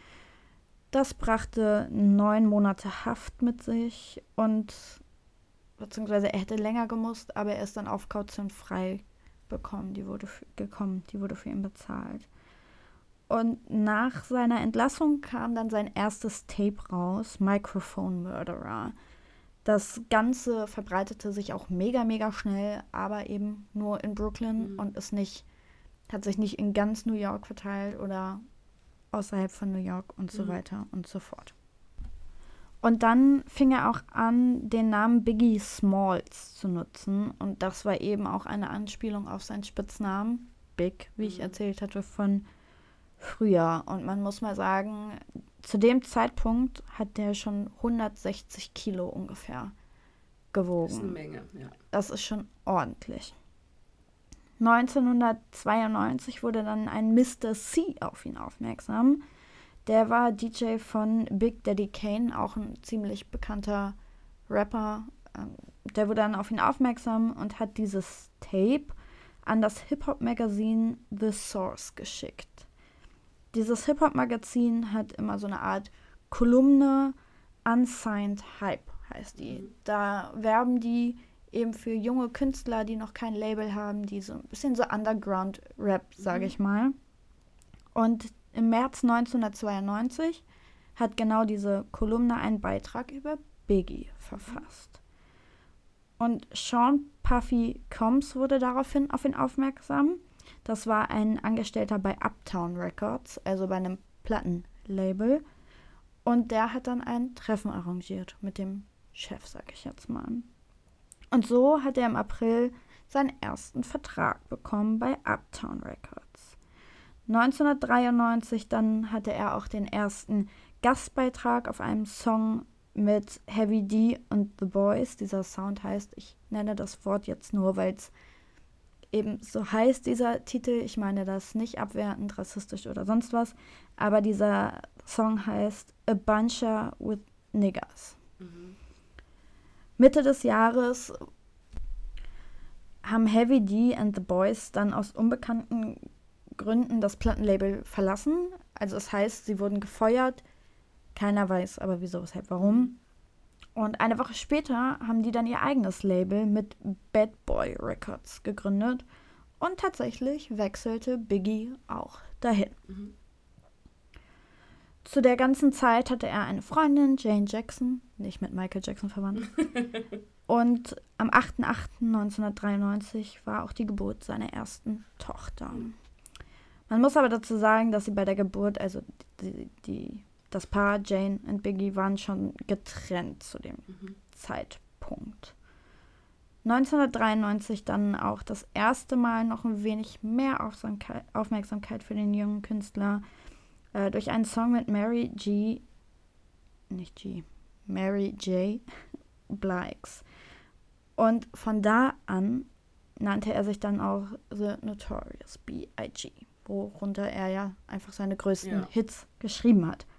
Das brachte 9 Monate Haft mit sich und beziehungsweise er hätte länger gemusst, aber er ist dann auf Kaution frei bekommen. Die wurde für ihn bezahlt. Und nach seiner Entlassung kam dann sein erstes Tape raus, Microphone Murderer. Das Ganze verbreitete sich auch mega, mega schnell, aber eben nur in Brooklyn und hat sich nicht in ganz New York verteilt oder außerhalb von New York und so weiter und so fort. Und dann fing er auch an, den Namen Biggie Smalls zu nutzen. Und das war eben auch eine Anspielung auf seinen Spitznamen, Big, wie ich erzählt hatte, von früher. Und man muss mal sagen, zu dem Zeitpunkt hat der schon 160 Kilo ungefähr gewogen. Das ist eine Menge, ja. Das ist schon ordentlich. 1992 wurde dann ein Mr. C auf ihn aufmerksam. Der war DJ von Big Daddy Kane, auch ein ziemlich bekannter Rapper. Der wurde dann auf ihn aufmerksam und hat dieses Tape an das Hip-Hop-Magazin The Source geschickt. Dieses Hip-Hop-Magazin hat immer so eine Art Kolumne, Unsigned Hype heißt die. Da werben die eben für junge Künstler, die noch kein Label haben, die so ein bisschen so Underground-Rap, sage ich mal. Und im März 1992 hat genau diese Kolumne einen Beitrag über Biggie verfasst. Und Sean Puffy Combs wurde daraufhin auf ihn aufmerksam. Das war ein Angestellter bei Uptown Records, also bei einem Plattenlabel. Und der hat dann ein Treffen arrangiert mit dem Chef, sag ich jetzt mal. Und so hat er im April seinen ersten Vertrag bekommen bei Uptown Records. 1993 dann hatte er auch den ersten Gastbeitrag auf einem Song mit Heavy D und The Boys. Dieser Sound heißt, ich nenne das Wort jetzt nur, weil es eben so heißt, dieser Titel. Ich meine das nicht abwertend, rassistisch oder sonst was, aber dieser Song heißt A Buncher with Niggers. Mitte des Jahres haben Heavy D and The Boys dann aus unbekannten Gründen das Plattenlabel verlassen. Also es heißt, sie wurden gefeuert. Keiner weiß aber wieso, weshalb, warum. Und eine Woche später haben die dann ihr eigenes Label mit Bad Boy Records gegründet. Und tatsächlich wechselte Biggie auch dahin. Zu der ganzen Zeit hatte er eine Freundin, Jane Jackson, nicht mit Michael Jackson verwandt. Und am 8.8.1993 war auch die Geburt seiner ersten Tochter. Man muss aber dazu sagen, dass sie bei der Geburt, also das Paar Jane und Biggie waren schon getrennt zu dem Zeitpunkt. 1993 dann auch das erste Mal noch ein wenig mehr Aufmerksamkeit für den jungen Künstler durch einen Song mit Mary J. Blige. Und von da an nannte er sich dann auch The Notorious B.I.G., worunter er ja einfach seine größten Hits geschrieben hat.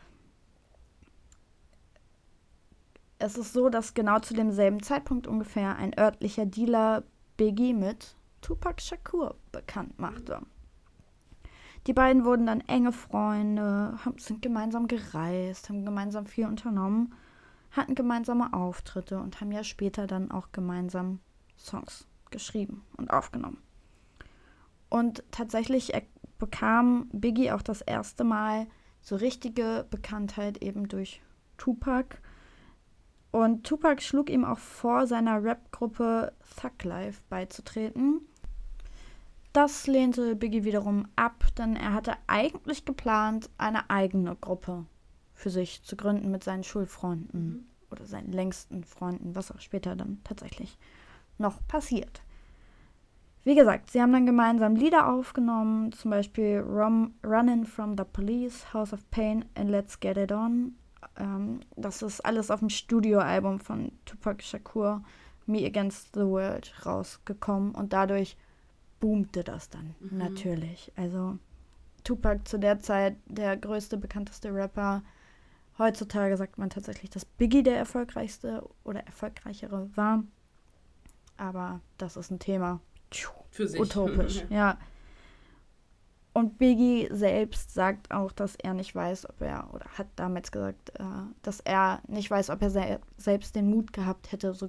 Es ist so, dass genau zu demselben Zeitpunkt ungefähr ein örtlicher Dealer Biggie mit Tupac Shakur bekannt machte. Die beiden wurden dann enge Freunde, sind gemeinsam gereist, haben gemeinsam viel unternommen, hatten gemeinsame Auftritte und haben ja später dann auch gemeinsam Songs geschrieben und aufgenommen. Und tatsächlich bekam Biggie auch das erste Mal so richtige Bekanntheit eben durch Tupac. Und Tupac schlug ihm auch vor, seiner Rap-Gruppe Thug Life beizutreten. Das lehnte Biggie wiederum ab, denn er hatte eigentlich geplant, eine eigene Gruppe für sich zu gründen mit seinen Schulfreunden oder seinen längsten Freunden, was auch später dann tatsächlich noch passiert. Wie gesagt, sie haben dann gemeinsam Lieder aufgenommen, zum Beispiel Runnin' from the Police, House of Pain and Let's Get It On. Das ist alles auf dem Studioalbum von Tupac Shakur, Me Against the World, rausgekommen und dadurch boomte das dann natürlich. Also Tupac zu der Zeit der größte, bekannteste Rapper. Heutzutage sagt man tatsächlich, dass Biggie der erfolgreichste oder erfolgreichere war. Aber das ist ein Thema. Für sich. Utopisch, ja. Und Biggie selbst sagt auch, dass er nicht weiß, oder hat damals gesagt, dass er nicht weiß, ob er selbst den Mut gehabt hätte, so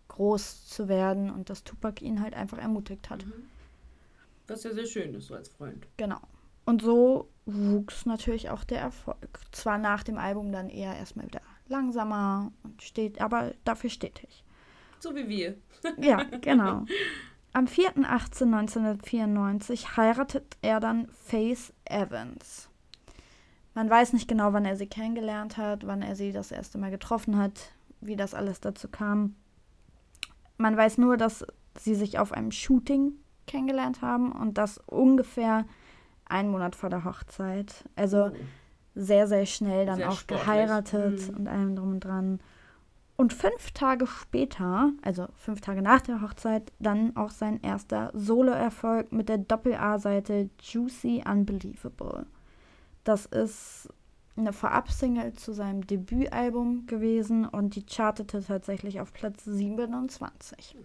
groß zu werden und dass Tupac ihn halt einfach ermutigt hat. Was ja sehr schön ist, so als Freund. Genau. Und so wuchs natürlich auch der Erfolg. Zwar nach dem Album dann eher erstmal wieder langsamer aber dafür stetig. So wie wir. Ja, genau. Am 4.18.1994 heiratet er dann Faith Evans. Man weiß nicht genau, wann er sie kennengelernt hat, wann er sie das erste Mal getroffen hat, wie das alles dazu kam. Man weiß nur, dass sie sich auf einem Shooting kennengelernt haben und das ungefähr einen Monat vor der Hochzeit. Also sehr, sehr schnell dann sehr auch sportlich. Geheiratet und allem drum und dran. Und 5 Tage später, also 5 Tage nach der Hochzeit, dann auch sein erster Solo-Erfolg mit der Doppel-A-Seite Juicy Unbelievable. Das ist eine Vorab-Single zu seinem Debütalbum gewesen und die chartete tatsächlich auf Platz 27.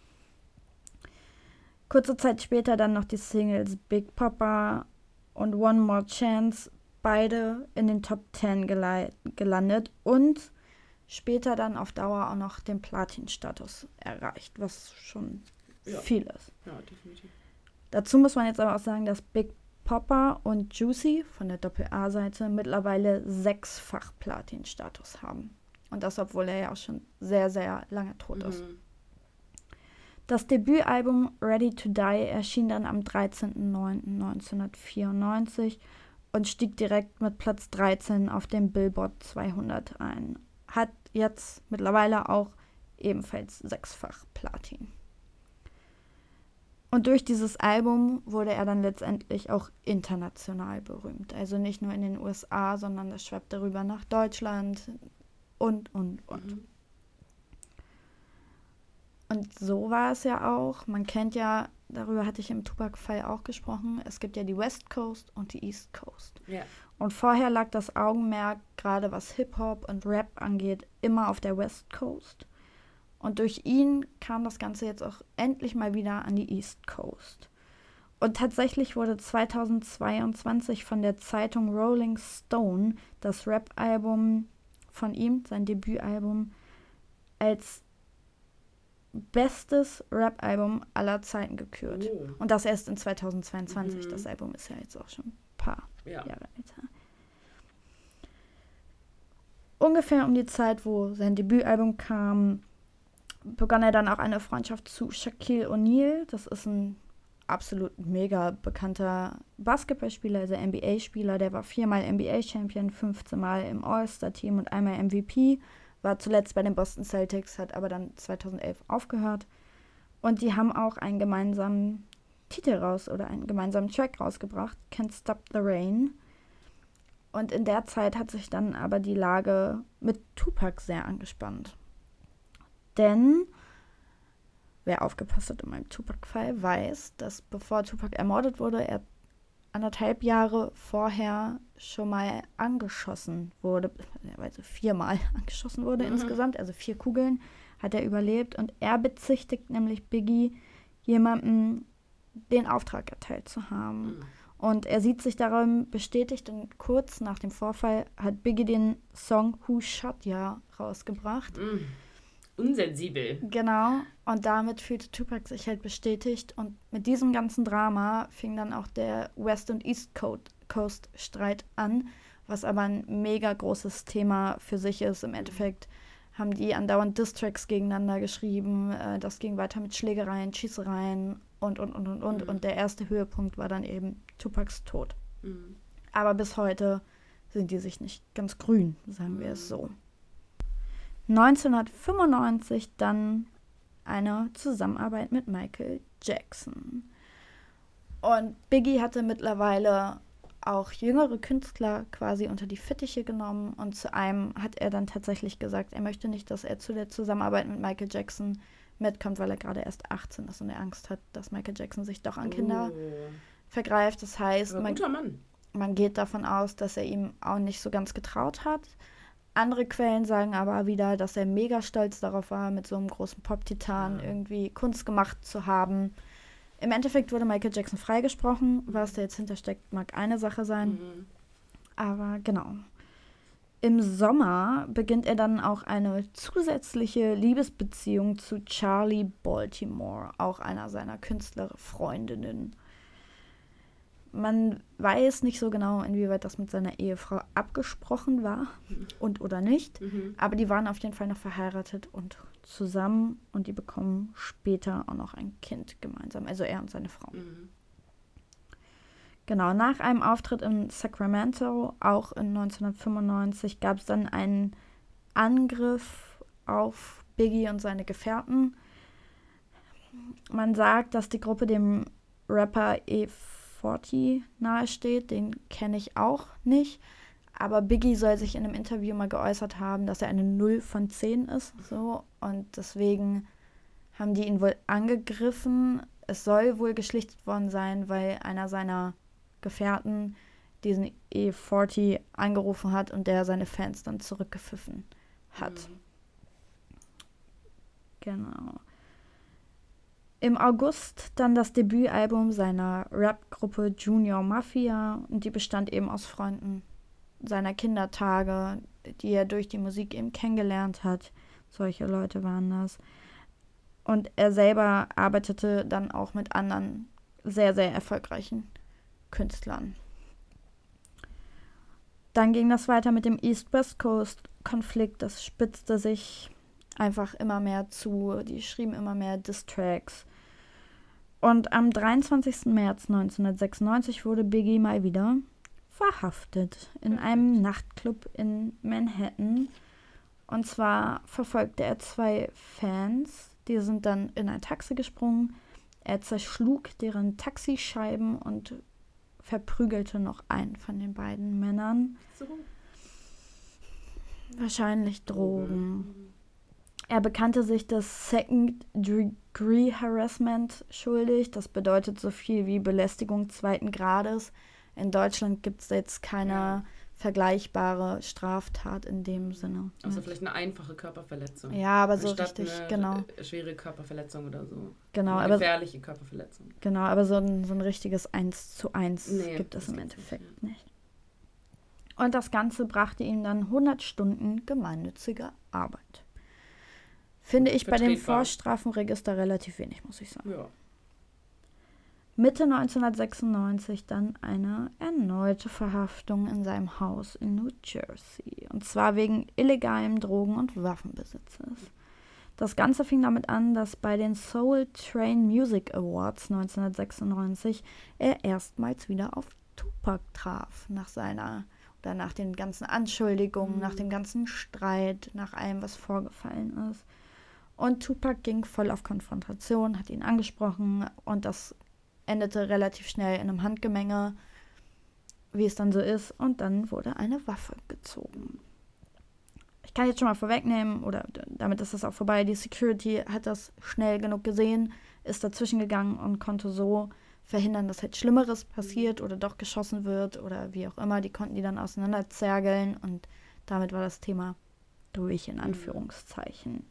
Kurze Zeit später dann noch die Singles Big Poppa und One More Chance, beide in den Top 10 gelandet und später dann auf Dauer auch noch den Platin-Status erreicht, was schon viel ist. Ja, definitiv. Dazu muss man jetzt aber auch sagen, dass Big Poppa und Juicy von der Doppel-A-Seite mittlerweile 6-fach Platin-Status haben. Und das, obwohl er ja auch schon sehr, sehr lange tot ist. Das Debütalbum Ready to Die erschien dann am 13.09.1994 und stieg direkt mit Platz 13 auf dem Billboard 200 ein. Hat jetzt mittlerweile auch ebenfalls 6-fach Platin. Und durch dieses Album wurde er dann letztendlich auch international berühmt. Also nicht nur in den USA, sondern das schweppte rüber nach Deutschland und. Und so war es ja auch. Man kennt ja, darüber hatte ich im Tupac-Fall auch gesprochen, es gibt ja die West Coast und die East Coast. Ja. Und vorher lag das Augenmerk, gerade was Hip-Hop und Rap angeht, immer auf der West Coast. Und durch ihn kam das Ganze jetzt auch endlich mal wieder an die East Coast. Und tatsächlich wurde 2022 von der Zeitung Rolling Stone das Rap-Album von ihm, sein Debütalbum, als bestes Rap-Album aller Zeiten gekürt. Und das erst in 2022. Das Album ist ja jetzt auch schon ein paar Jahre älter. Ungefähr um die Zeit, wo sein Debütalbum kam, begann er dann auch eine Freundschaft zu Shaquille O'Neal. Das ist ein absolut mega bekannter Basketballspieler, also NBA-Spieler. Der war 4-mal NBA-Champion, 15-mal im All-Star-Team und einmal MVP. War zuletzt bei den Boston Celtics, hat aber dann 2011 aufgehört. Und die haben auch einen gemeinsamen einen gemeinsamen Track rausgebracht, Can't Stop the Rain. Und in der Zeit hat sich dann aber die Lage mit Tupac sehr angespannt. Denn, wer aufgepasst hat in meinem Tupac-Fall, weiß, dass bevor Tupac ermordet wurde, er 1,5 Jahre vorher schon mal angeschossen wurde, also 4-mal angeschossen wurde insgesamt, also 4 Kugeln hat er überlebt und er bezichtigt nämlich Biggie, jemandem den Auftrag erteilt zu haben. Und er sieht sich darin bestätigt und kurz nach dem Vorfall hat Biggie den Song Who Shot Ya rausgebracht. Unsensibel. Genau, und damit fühlte Tupac sich halt bestätigt und mit diesem ganzen Drama fing dann auch der West- und East Coast Streit an, was aber ein mega großes Thema für sich ist. Im Endeffekt haben die andauernd Diss-Tracks gegeneinander geschrieben, das ging weiter mit Schlägereien, Schießereien und. Und der erste Höhepunkt war dann eben Tupacs Tod. Aber bis heute sind die sich nicht ganz grün, sagen wir es so. 1995 dann eine Zusammenarbeit mit Michael Jackson. Und Biggie hatte mittlerweile auch jüngere Künstler quasi unter die Fittiche genommen und zu einem hat er dann tatsächlich gesagt, er möchte nicht, dass er zu der Zusammenarbeit mit Michael Jackson mitkommt, weil er gerade erst 18 ist und er Angst hat, dass Michael Jackson sich doch an Kinder vergreift. Das heißt, man geht davon aus, dass er ihm auch nicht so ganz getraut hat. Andere Quellen sagen aber wieder, dass er mega stolz darauf war, mit so einem großen Pop-Titan irgendwie Kunst gemacht zu haben. Im Endeffekt wurde Michael Jackson freigesprochen. Was da jetzt hintersteckt, mag eine Sache sein. Aber genau. Im Sommer beginnt er dann auch eine zusätzliche Liebesbeziehung zu Charlie Baltimore, auch einer seiner Künstlerfreundinnen. Man weiß nicht so genau, inwieweit das mit seiner Ehefrau abgesprochen war und oder nicht, aber die waren auf jeden Fall noch verheiratet und zusammen und die bekommen später auch noch ein Kind gemeinsam, also er und seine Frau. Genau, nach einem Auftritt in Sacramento, auch in 1995, gab es dann einen Angriff auf Biggie und seine Gefährten. Man sagt, dass die Gruppe dem Rapper E40 nahesteht, den kenne ich auch nicht. Aber Biggie soll sich in einem Interview mal geäußert haben, dass er eine 0 von 10 ist. So. Und deswegen haben die ihn wohl angegriffen. Es soll wohl geschlichtet worden sein, weil einer seiner Gefährten diesen E40 angerufen hat und der seine Fans dann zurückgepfiffen hat. Genau. Im August dann das Debütalbum seiner Rap-Gruppe Junior Mafia und die bestand eben aus Freunden seiner Kindertage, die er durch die Musik eben kennengelernt hat. Solche Leute waren das. Und er selber arbeitete dann auch mit anderen sehr, sehr erfolgreichen Künstlern. Dann ging das weiter mit dem East-West-Coast-Konflikt. Das spitzte sich einfach immer mehr zu. Die schrieben immer mehr Diss-Tracks. Und am 23. März 1996 wurde Biggie mal wieder verhaftet in einem Nachtclub in Manhattan. Und zwar verfolgte er 2 Fans. Die sind dann in ein Taxi gesprungen. Er zerschlug deren Taxischeiben und verprügelte noch einen von den beiden Männern. So. Wahrscheinlich Drogen. Er bekannte sich des Second-Degree Harassment schuldig. Das bedeutet so viel wie Belästigung 2. Grades. In Deutschland gibt es jetzt keine vergleichbare Straftat in dem Sinne. Also vielleicht eine einfache Körperverletzung. Ja, aber so anstatt richtig, eine genau. Schwere Körperverletzung oder so. Genau, eine aber gefährliche Körperverletzung. Genau, aber so ein richtiges 1:1 gibt es im gibt's Endeffekt nicht. Und das Ganze brachte ihm dann 100 Stunden gemeinnützige Arbeit. Finde ich bei dem Vorstrafenregister relativ wenig, muss ich sagen. Ja. Mitte 1996 dann eine erneute Verhaftung in seinem Haus in New Jersey. Und zwar wegen illegalem Drogen- und Waffenbesitzes. Das Ganze fing damit an, dass bei den Soul Train Music Awards 1996 er erstmals wieder auf Tupac traf. Nach den ganzen Anschuldigungen, nach dem ganzen Streit, nach allem, was vorgefallen ist. Und Tupac ging voll auf Konfrontation, hat ihn angesprochen und das endete relativ schnell in einem Handgemenge, wie es dann so ist. Und dann wurde eine Waffe gezogen. Ich kann jetzt schon mal vorwegnehmen, oder damit ist das auch vorbei, die Security hat das schnell genug gesehen, ist dazwischen gegangen und konnte so verhindern, dass halt Schlimmeres passiert oder doch geschossen wird oder wie auch immer. Die konnten die dann auseinanderzergeln und damit war das Thema durch, in Anführungszeichen.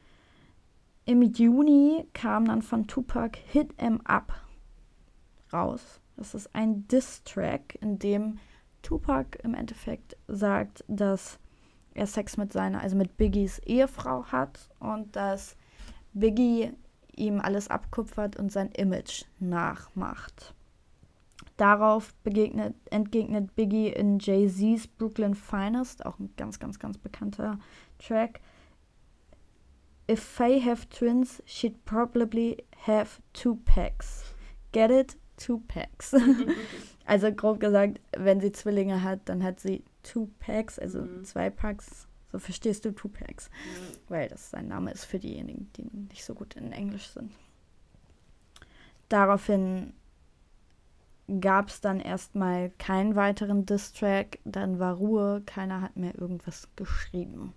Im Juni kam dann von Tupac Hit 'Em Up raus. Das ist ein Diss-Track, in dem Tupac im Endeffekt sagt, dass er Sex mit mit Biggies Ehefrau hat und dass Biggie ihm alles abkupfert und sein Image nachmacht. Darauf entgegnet Biggie in Jay-Z's Brooklyn Finest, auch ein ganz, ganz, ganz bekannter Track. If Faye have twins, she'd probably have 2 packs. Get it? 2 packs. Also grob gesagt, wenn sie Zwillinge hat, dann hat sie 2 packs, also 2 Packs. So verstehst du 2 packs. Weil das sein Name ist für diejenigen, die nicht so gut in Englisch sind. Daraufhin gab es dann erstmal keinen weiteren Diss-Track. Dann war Ruhe, keiner hat mehr irgendwas geschrieben.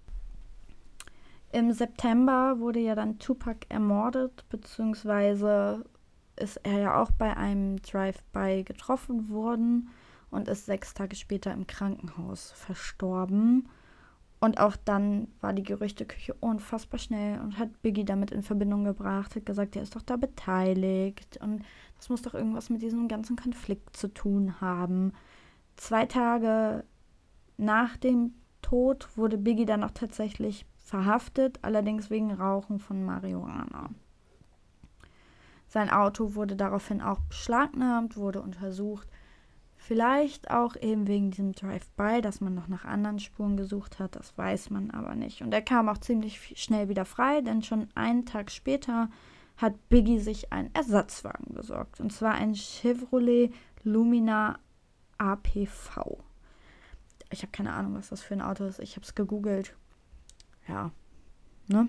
Im September wurde ja dann Tupac ermordet, beziehungsweise ist er ja auch bei einem Drive-by getroffen worden und ist 6 Tage später im Krankenhaus verstorben. Und auch dann war die Gerüchteküche unfassbar schnell und hat Biggie damit in Verbindung gebracht, hat gesagt, er ist doch da beteiligt und das muss doch irgendwas mit diesem ganzen Konflikt zu tun haben. 2 Tage nach dem Tod wurde Biggie dann auch tatsächlich verhaftet, allerdings wegen Rauchen von Marihuana. Sein Auto wurde daraufhin auch beschlagnahmt, wurde untersucht. Vielleicht auch eben wegen diesem Drive-by, dass man noch nach anderen Spuren gesucht hat, das weiß man aber nicht. Und er kam auch ziemlich schnell wieder frei, denn schon einen Tag später hat Biggie sich einen Ersatzwagen besorgt. Und zwar ein Chevrolet Lumina APV. Ich habe keine Ahnung, was das für ein Auto ist. Ich habe es gegoogelt. Ja, ne?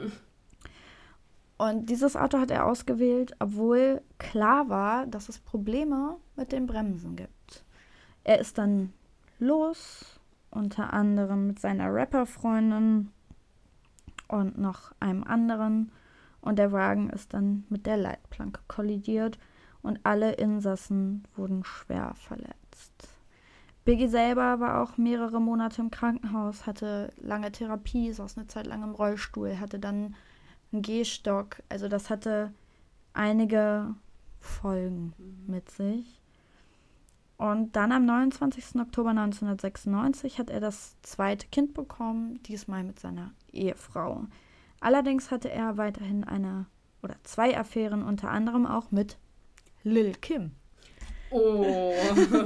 Und dieses Auto hat er ausgewählt, obwohl klar war, dass es Probleme mit den Bremsen gibt. Er ist dann los, unter anderem mit seiner Rapperfreundin und noch einem anderen. Und der Wagen ist dann mit der Leitplanke kollidiert und alle Insassen wurden schwer verletzt. Biggie selber war auch mehrere Monate im Krankenhaus, hatte lange Therapie, saß eine Zeit lang im Rollstuhl, hatte dann einen Gehstock. Also das hatte einige Folgen mit sich. Und dann am 29. Oktober 1996 hat er das zweite Kind bekommen, diesmal mit seiner Ehefrau. Allerdings hatte er weiterhin zwei Affären, unter anderem auch mit Lil' Kim. Oh.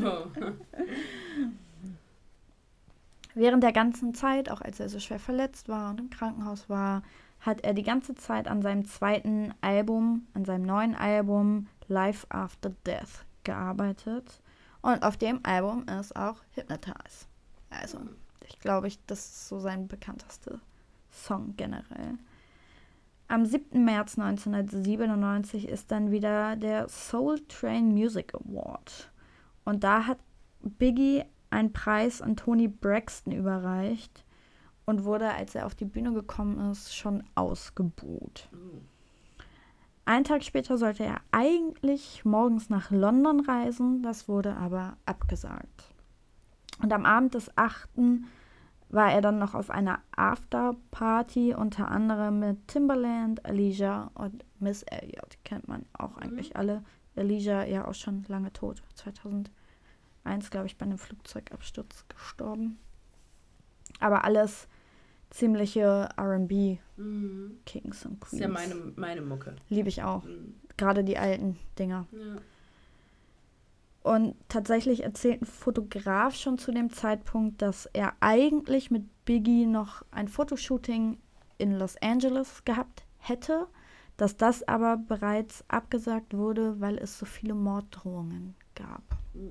Während der ganzen Zeit, auch als er so schwer verletzt war und im Krankenhaus war, hat er die ganze Zeit an seinem neuen Album Life After Death gearbeitet. Und auf dem Album ist auch Hypnotize. Also, ich glaube, das ist so sein bekanntester Song generell. Am 7. März 1997 ist dann wieder der Soul Train Music Award. Und da hat Biggie einen Preis an Toni Braxton überreicht und wurde, als er auf die Bühne gekommen ist, schon ausgebuht. Einen Tag später sollte er eigentlich morgens nach London reisen, das wurde aber abgesagt. Und am Abend des 8. war er dann noch auf einer Afterparty, unter anderem mit Timbaland, Alicia und Miss Elliott. Kennt man auch eigentlich alle. Alicia ja auch schon lange tot. 2001, glaube ich, bei einem Flugzeugabsturz gestorben. Aber alles ziemliche R&B Kings und Queens. Das ist ja meine Mucke. Liebe ich auch. Gerade die alten Dinger. Ja. Und tatsächlich erzählt ein Fotograf schon zu dem Zeitpunkt, dass er eigentlich mit Biggie noch ein Fotoshooting in Los Angeles gehabt hätte, dass das aber bereits abgesagt wurde, weil es so viele Morddrohungen gab.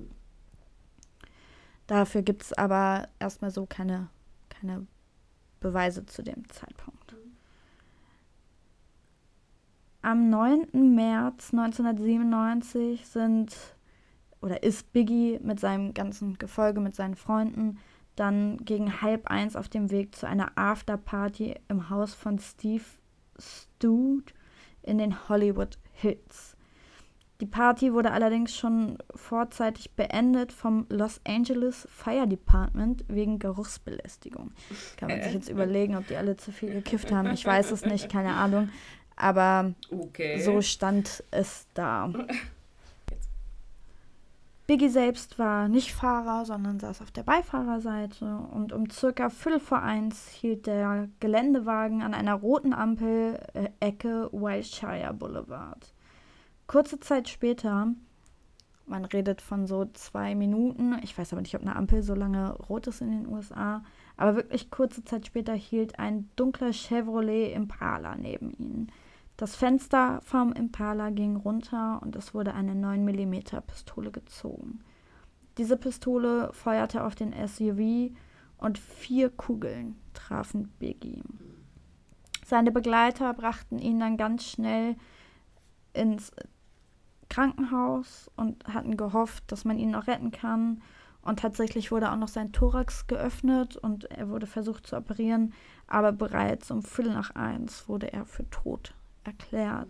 Dafür gibt es aber erstmal so keine Beweise zu dem Zeitpunkt. Am 9. März 1997 ist Biggie mit seinem ganzen Gefolge, mit seinen Freunden, dann gegen 12:30 auf dem Weg zu einer Afterparty im Haus von Steve Stout in den Hollywood Hills. Die Party wurde allerdings schon vorzeitig beendet vom Los Angeles Fire Department wegen Geruchsbelästigung. Kann man sich jetzt überlegen, ob die alle zu viel gekifft haben. Ich weiß es nicht, keine Ahnung. Aber so stand es da. Biggie selbst war nicht Fahrer, sondern saß auf der Beifahrerseite. Und um circa 1:15 hielt der Geländewagen an einer roten Ampel Ecke Wilshire Boulevard. Kurze Zeit später, man redet von so 2 Minuten, ich weiß aber nicht, ob eine Ampel so lange rot ist in den USA, aber wirklich kurze Zeit später hielt ein dunkler Chevrolet Impala neben ihnen. Das Fenster vom Impala ging runter und es wurde eine 9mm Pistole gezogen. Diese Pistole feuerte auf den SUV und 4 Kugeln trafen Biggie. Seine Begleiter brachten ihn dann ganz schnell ins Krankenhaus und hatten gehofft, dass man ihn noch retten kann. Und tatsächlich wurde auch noch sein Thorax geöffnet und er wurde versucht zu operieren, aber bereits um 1:15 wurde er für tot erklärt.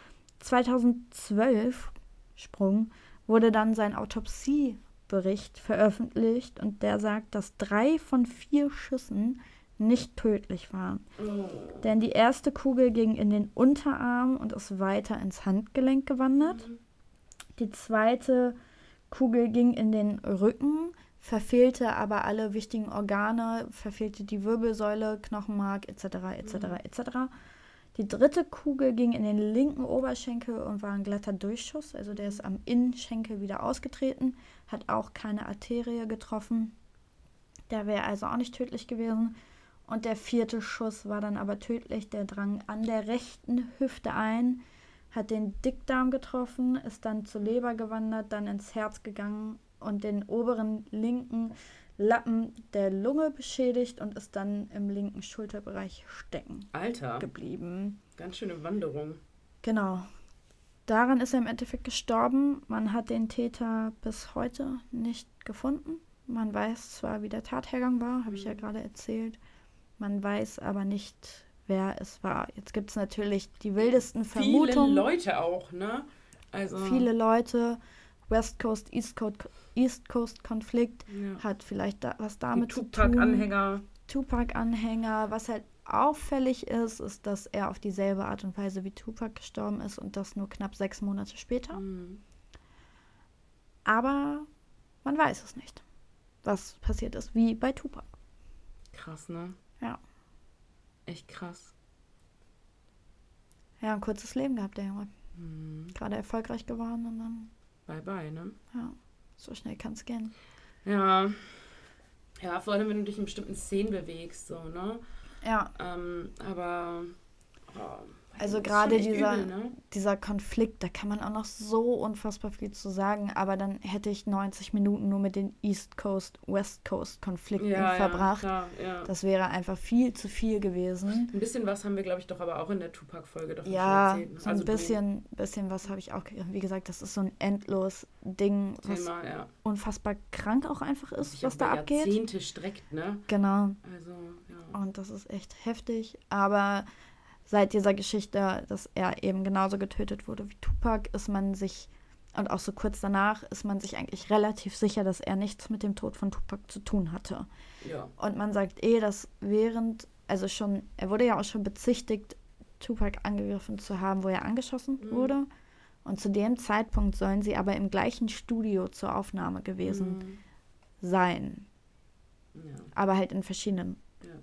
2012 wurde dann sein Autopsiebericht veröffentlicht und der sagt, dass 3 von 4 Schüssen nicht tödlich waren. Denn die erste Kugel ging in den Unterarm und ist weiter ins Handgelenk gewandert. Die zweite Kugel ging in den Rücken, verfehlte aber alle wichtigen Organe, verfehlte die Wirbelsäule, Knochenmark etc. etc. etc. Die dritte Kugel ging in den linken Oberschenkel und war ein glatter Durchschuss, also der ist am Innenschenkel wieder ausgetreten, hat auch keine Arterie getroffen. Der wäre also auch nicht tödlich gewesen. Und der vierte Schuss war dann aber tödlich, der drang an der rechten Hüfte ein, hat den Dickdarm getroffen, ist dann zur Leber gewandert, dann ins Herz gegangen und den oberen linken Lappen der Lunge beschädigt und ist dann im linken Schulterbereich stecken geblieben. Ganz schöne Wanderung. Genau. Daran ist er im Endeffekt gestorben. Man hat den Täter bis heute nicht gefunden. Man weiß zwar, wie der Tathergang war, habe ich ja gerade erzählt. Man weiß aber nicht, wer es war. Jetzt gibt es natürlich die wildesten Vermutungen. Viele Leute auch, ne? Also viele Leute. West Coast, East Coast Konflikt hat vielleicht was damit zu tun. Tupac-Anhänger. Was halt auffällig ist, ist, dass er auf dieselbe Art und Weise wie Tupac gestorben ist und das nur knapp 6 Monate später. Aber man weiß es nicht, was passiert ist, wie bei Tupac. Krass, ne? Ja. Echt krass. Ja, ein kurzes Leben gehabt, der Junge. Gerade erfolgreich geworden und dann Bye, ne? Ja, so schnell kann es gehen. Ja. Ja, vor allem, wenn du dich in bestimmten Szenen bewegst, so, ne? Ja. Aber also gerade dieser Konflikt, da kann man auch noch so unfassbar viel zu sagen, aber dann hätte ich 90 Minuten nur mit den East Coast, West Coast Konflikten verbracht. Ja, klar. Das wäre einfach viel zu viel gewesen. Ein bisschen was haben wir, glaube ich, doch aber auch in der Tupac-Folge doch schon erzählt. So ein bisschen was habe ich auch, wie gesagt, das ist so ein endlos Ding, was unfassbar krank auch einfach ist, was da abgeht. Jahrzehnte streckt, ne? Genau. Also, ja. Und das ist echt heftig, aber seit dieser Geschichte, dass er eben genauso getötet wurde wie Tupac, ist man sich, und auch so kurz danach, ist man sich eigentlich relativ sicher, dass er nichts mit dem Tod von Tupac zu tun hatte. Ja. Und man sagt dass er wurde ja auch schon bezichtigt, Tupac angegriffen zu haben, wo er angeschossen wurde. Und zu dem Zeitpunkt sollen sie aber im gleichen Studio zur Aufnahme gewesen sein. Ja. Aber halt in verschiedenen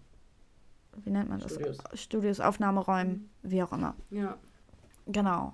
wie nennt man das? Studios, Aufnahmeräumen, wie auch immer. Ja. Genau.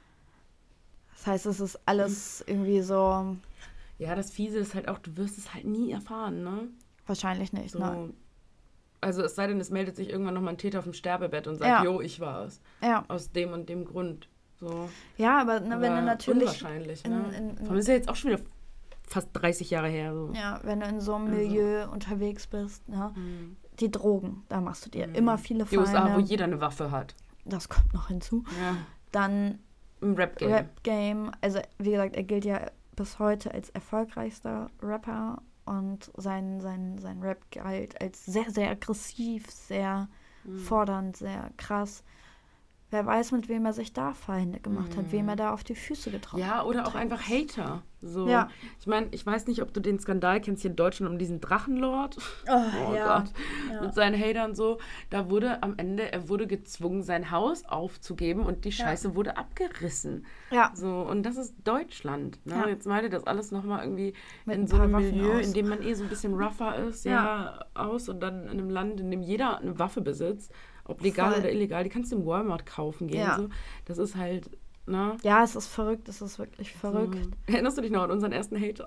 Das heißt, es ist alles irgendwie so... Ja, das Fiese ist halt auch, du wirst es halt nie erfahren, ne? Wahrscheinlich nicht, ne? Also es sei denn, es meldet sich irgendwann nochmal ein Täter auf dem Sterbebett und sagt, ich war es. Ja. Aus dem und dem Grund. So. Ja, aber wenn du natürlich... Unwahrscheinlich, ne? Vor allem ist ja jetzt auch schon wieder fast 30 Jahre her. So. Ja, wenn du in so einem Milieu unterwegs bist, ne? Die Drogen, da machst du dir immer viele Feinde. Die USA, wo jeder eine Waffe hat. Das kommt noch hinzu. Ja. Dann im Rap-Game. Also, wie gesagt, er gilt ja bis heute als erfolgreichster Rapper und sein Rap galt als sehr, sehr aggressiv, sehr fordernd, sehr krass. Wer weiß, mit wem er sich da Feinde gemacht hat, wem er da auf die Füße getroffen hat. Ja, oder auch einfach Hater. So. Ja. Ich meine, ich weiß nicht, ob du den Skandal kennst hier in Deutschland um diesen Drachenlord. Oh Gott. Ja. Mit seinen Hatern so. Da wurde am Ende, er wurde gezwungen, sein Haus aufzugeben und die Scheiße wurde abgerissen. Ja. So, und das ist Deutschland. Ne? Ja. Jetzt meidet das alles nochmal irgendwie mit in so einem Milieu, in dem man so ein bisschen rougher ist, aus und dann in einem Land, in dem jeder eine Waffe besitzt. Ob legal oder illegal, die kannst du im Walmart kaufen gehen. Ja. So. Das ist halt, ne? Ja, es ist verrückt, es ist wirklich verrückt. Erinnerst du dich noch an unseren ersten Hater?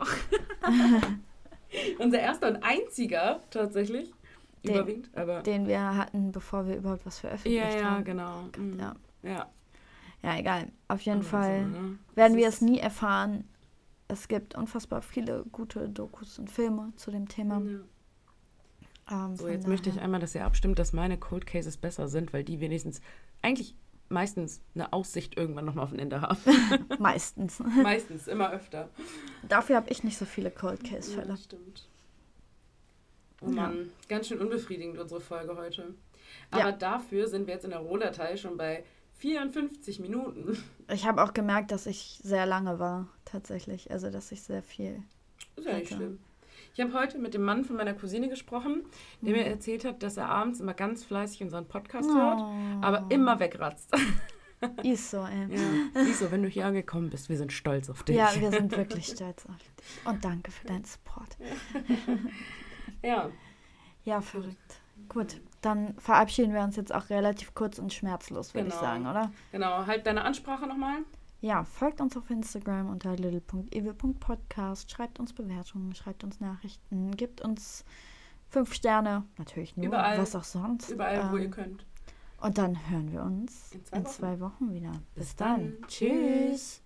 Unser erster und einziger, tatsächlich. Überwiegend, aber... Den wir hatten, bevor wir überhaupt was veröffentlicht haben. Ja, genau. Ja, egal. Auf jeden Fall werden wir es nie erfahren. Es gibt unfassbar viele gute Dokus und Filme zu dem Thema. Ja. So, jetzt möchte ich einmal, dass ihr abstimmt, dass meine Cold Cases besser sind, weil die wenigstens eigentlich meistens eine Aussicht irgendwann nochmal auf ein Ende haben. Meistens. Meistens, immer öfter. Dafür habe ich nicht so viele Cold Case-Fälle. Ja, stimmt. Oh Mann, ganz schön unbefriedigend unsere Folge heute. Aber dafür sind wir jetzt in der Rohdatei schon bei 54 Minuten. Ich habe auch gemerkt, dass ich sehr lange war, tatsächlich. Also, dass ich sehr viel ist ja nicht schlimm. Ich habe heute mit dem Mann von meiner Cousine gesprochen, der mir erzählt hat, dass er abends immer ganz fleißig unseren Podcast hört, aber immer wegratzt. Ist so, ey. Ja. Ist so, wenn du hier angekommen bist, wir sind stolz auf dich. Ja, wir sind wirklich stolz auf dich. Und danke für deinen Support. Ja. Ja, verrückt. Gut, dann verabschieden wir uns jetzt auch relativ kurz und schmerzlos, würde ich sagen, oder? Genau, halt deine Ansprache nochmal. Ja, folgt uns auf Instagram unter little.evil.podcast, schreibt uns Bewertungen, schreibt uns Nachrichten, gibt uns 5 Sterne, natürlich nur, überall, was auch sonst. Überall, wo ihr könnt. Und dann hören wir uns in 2 Wochen wieder. Bis dann. Tschüss.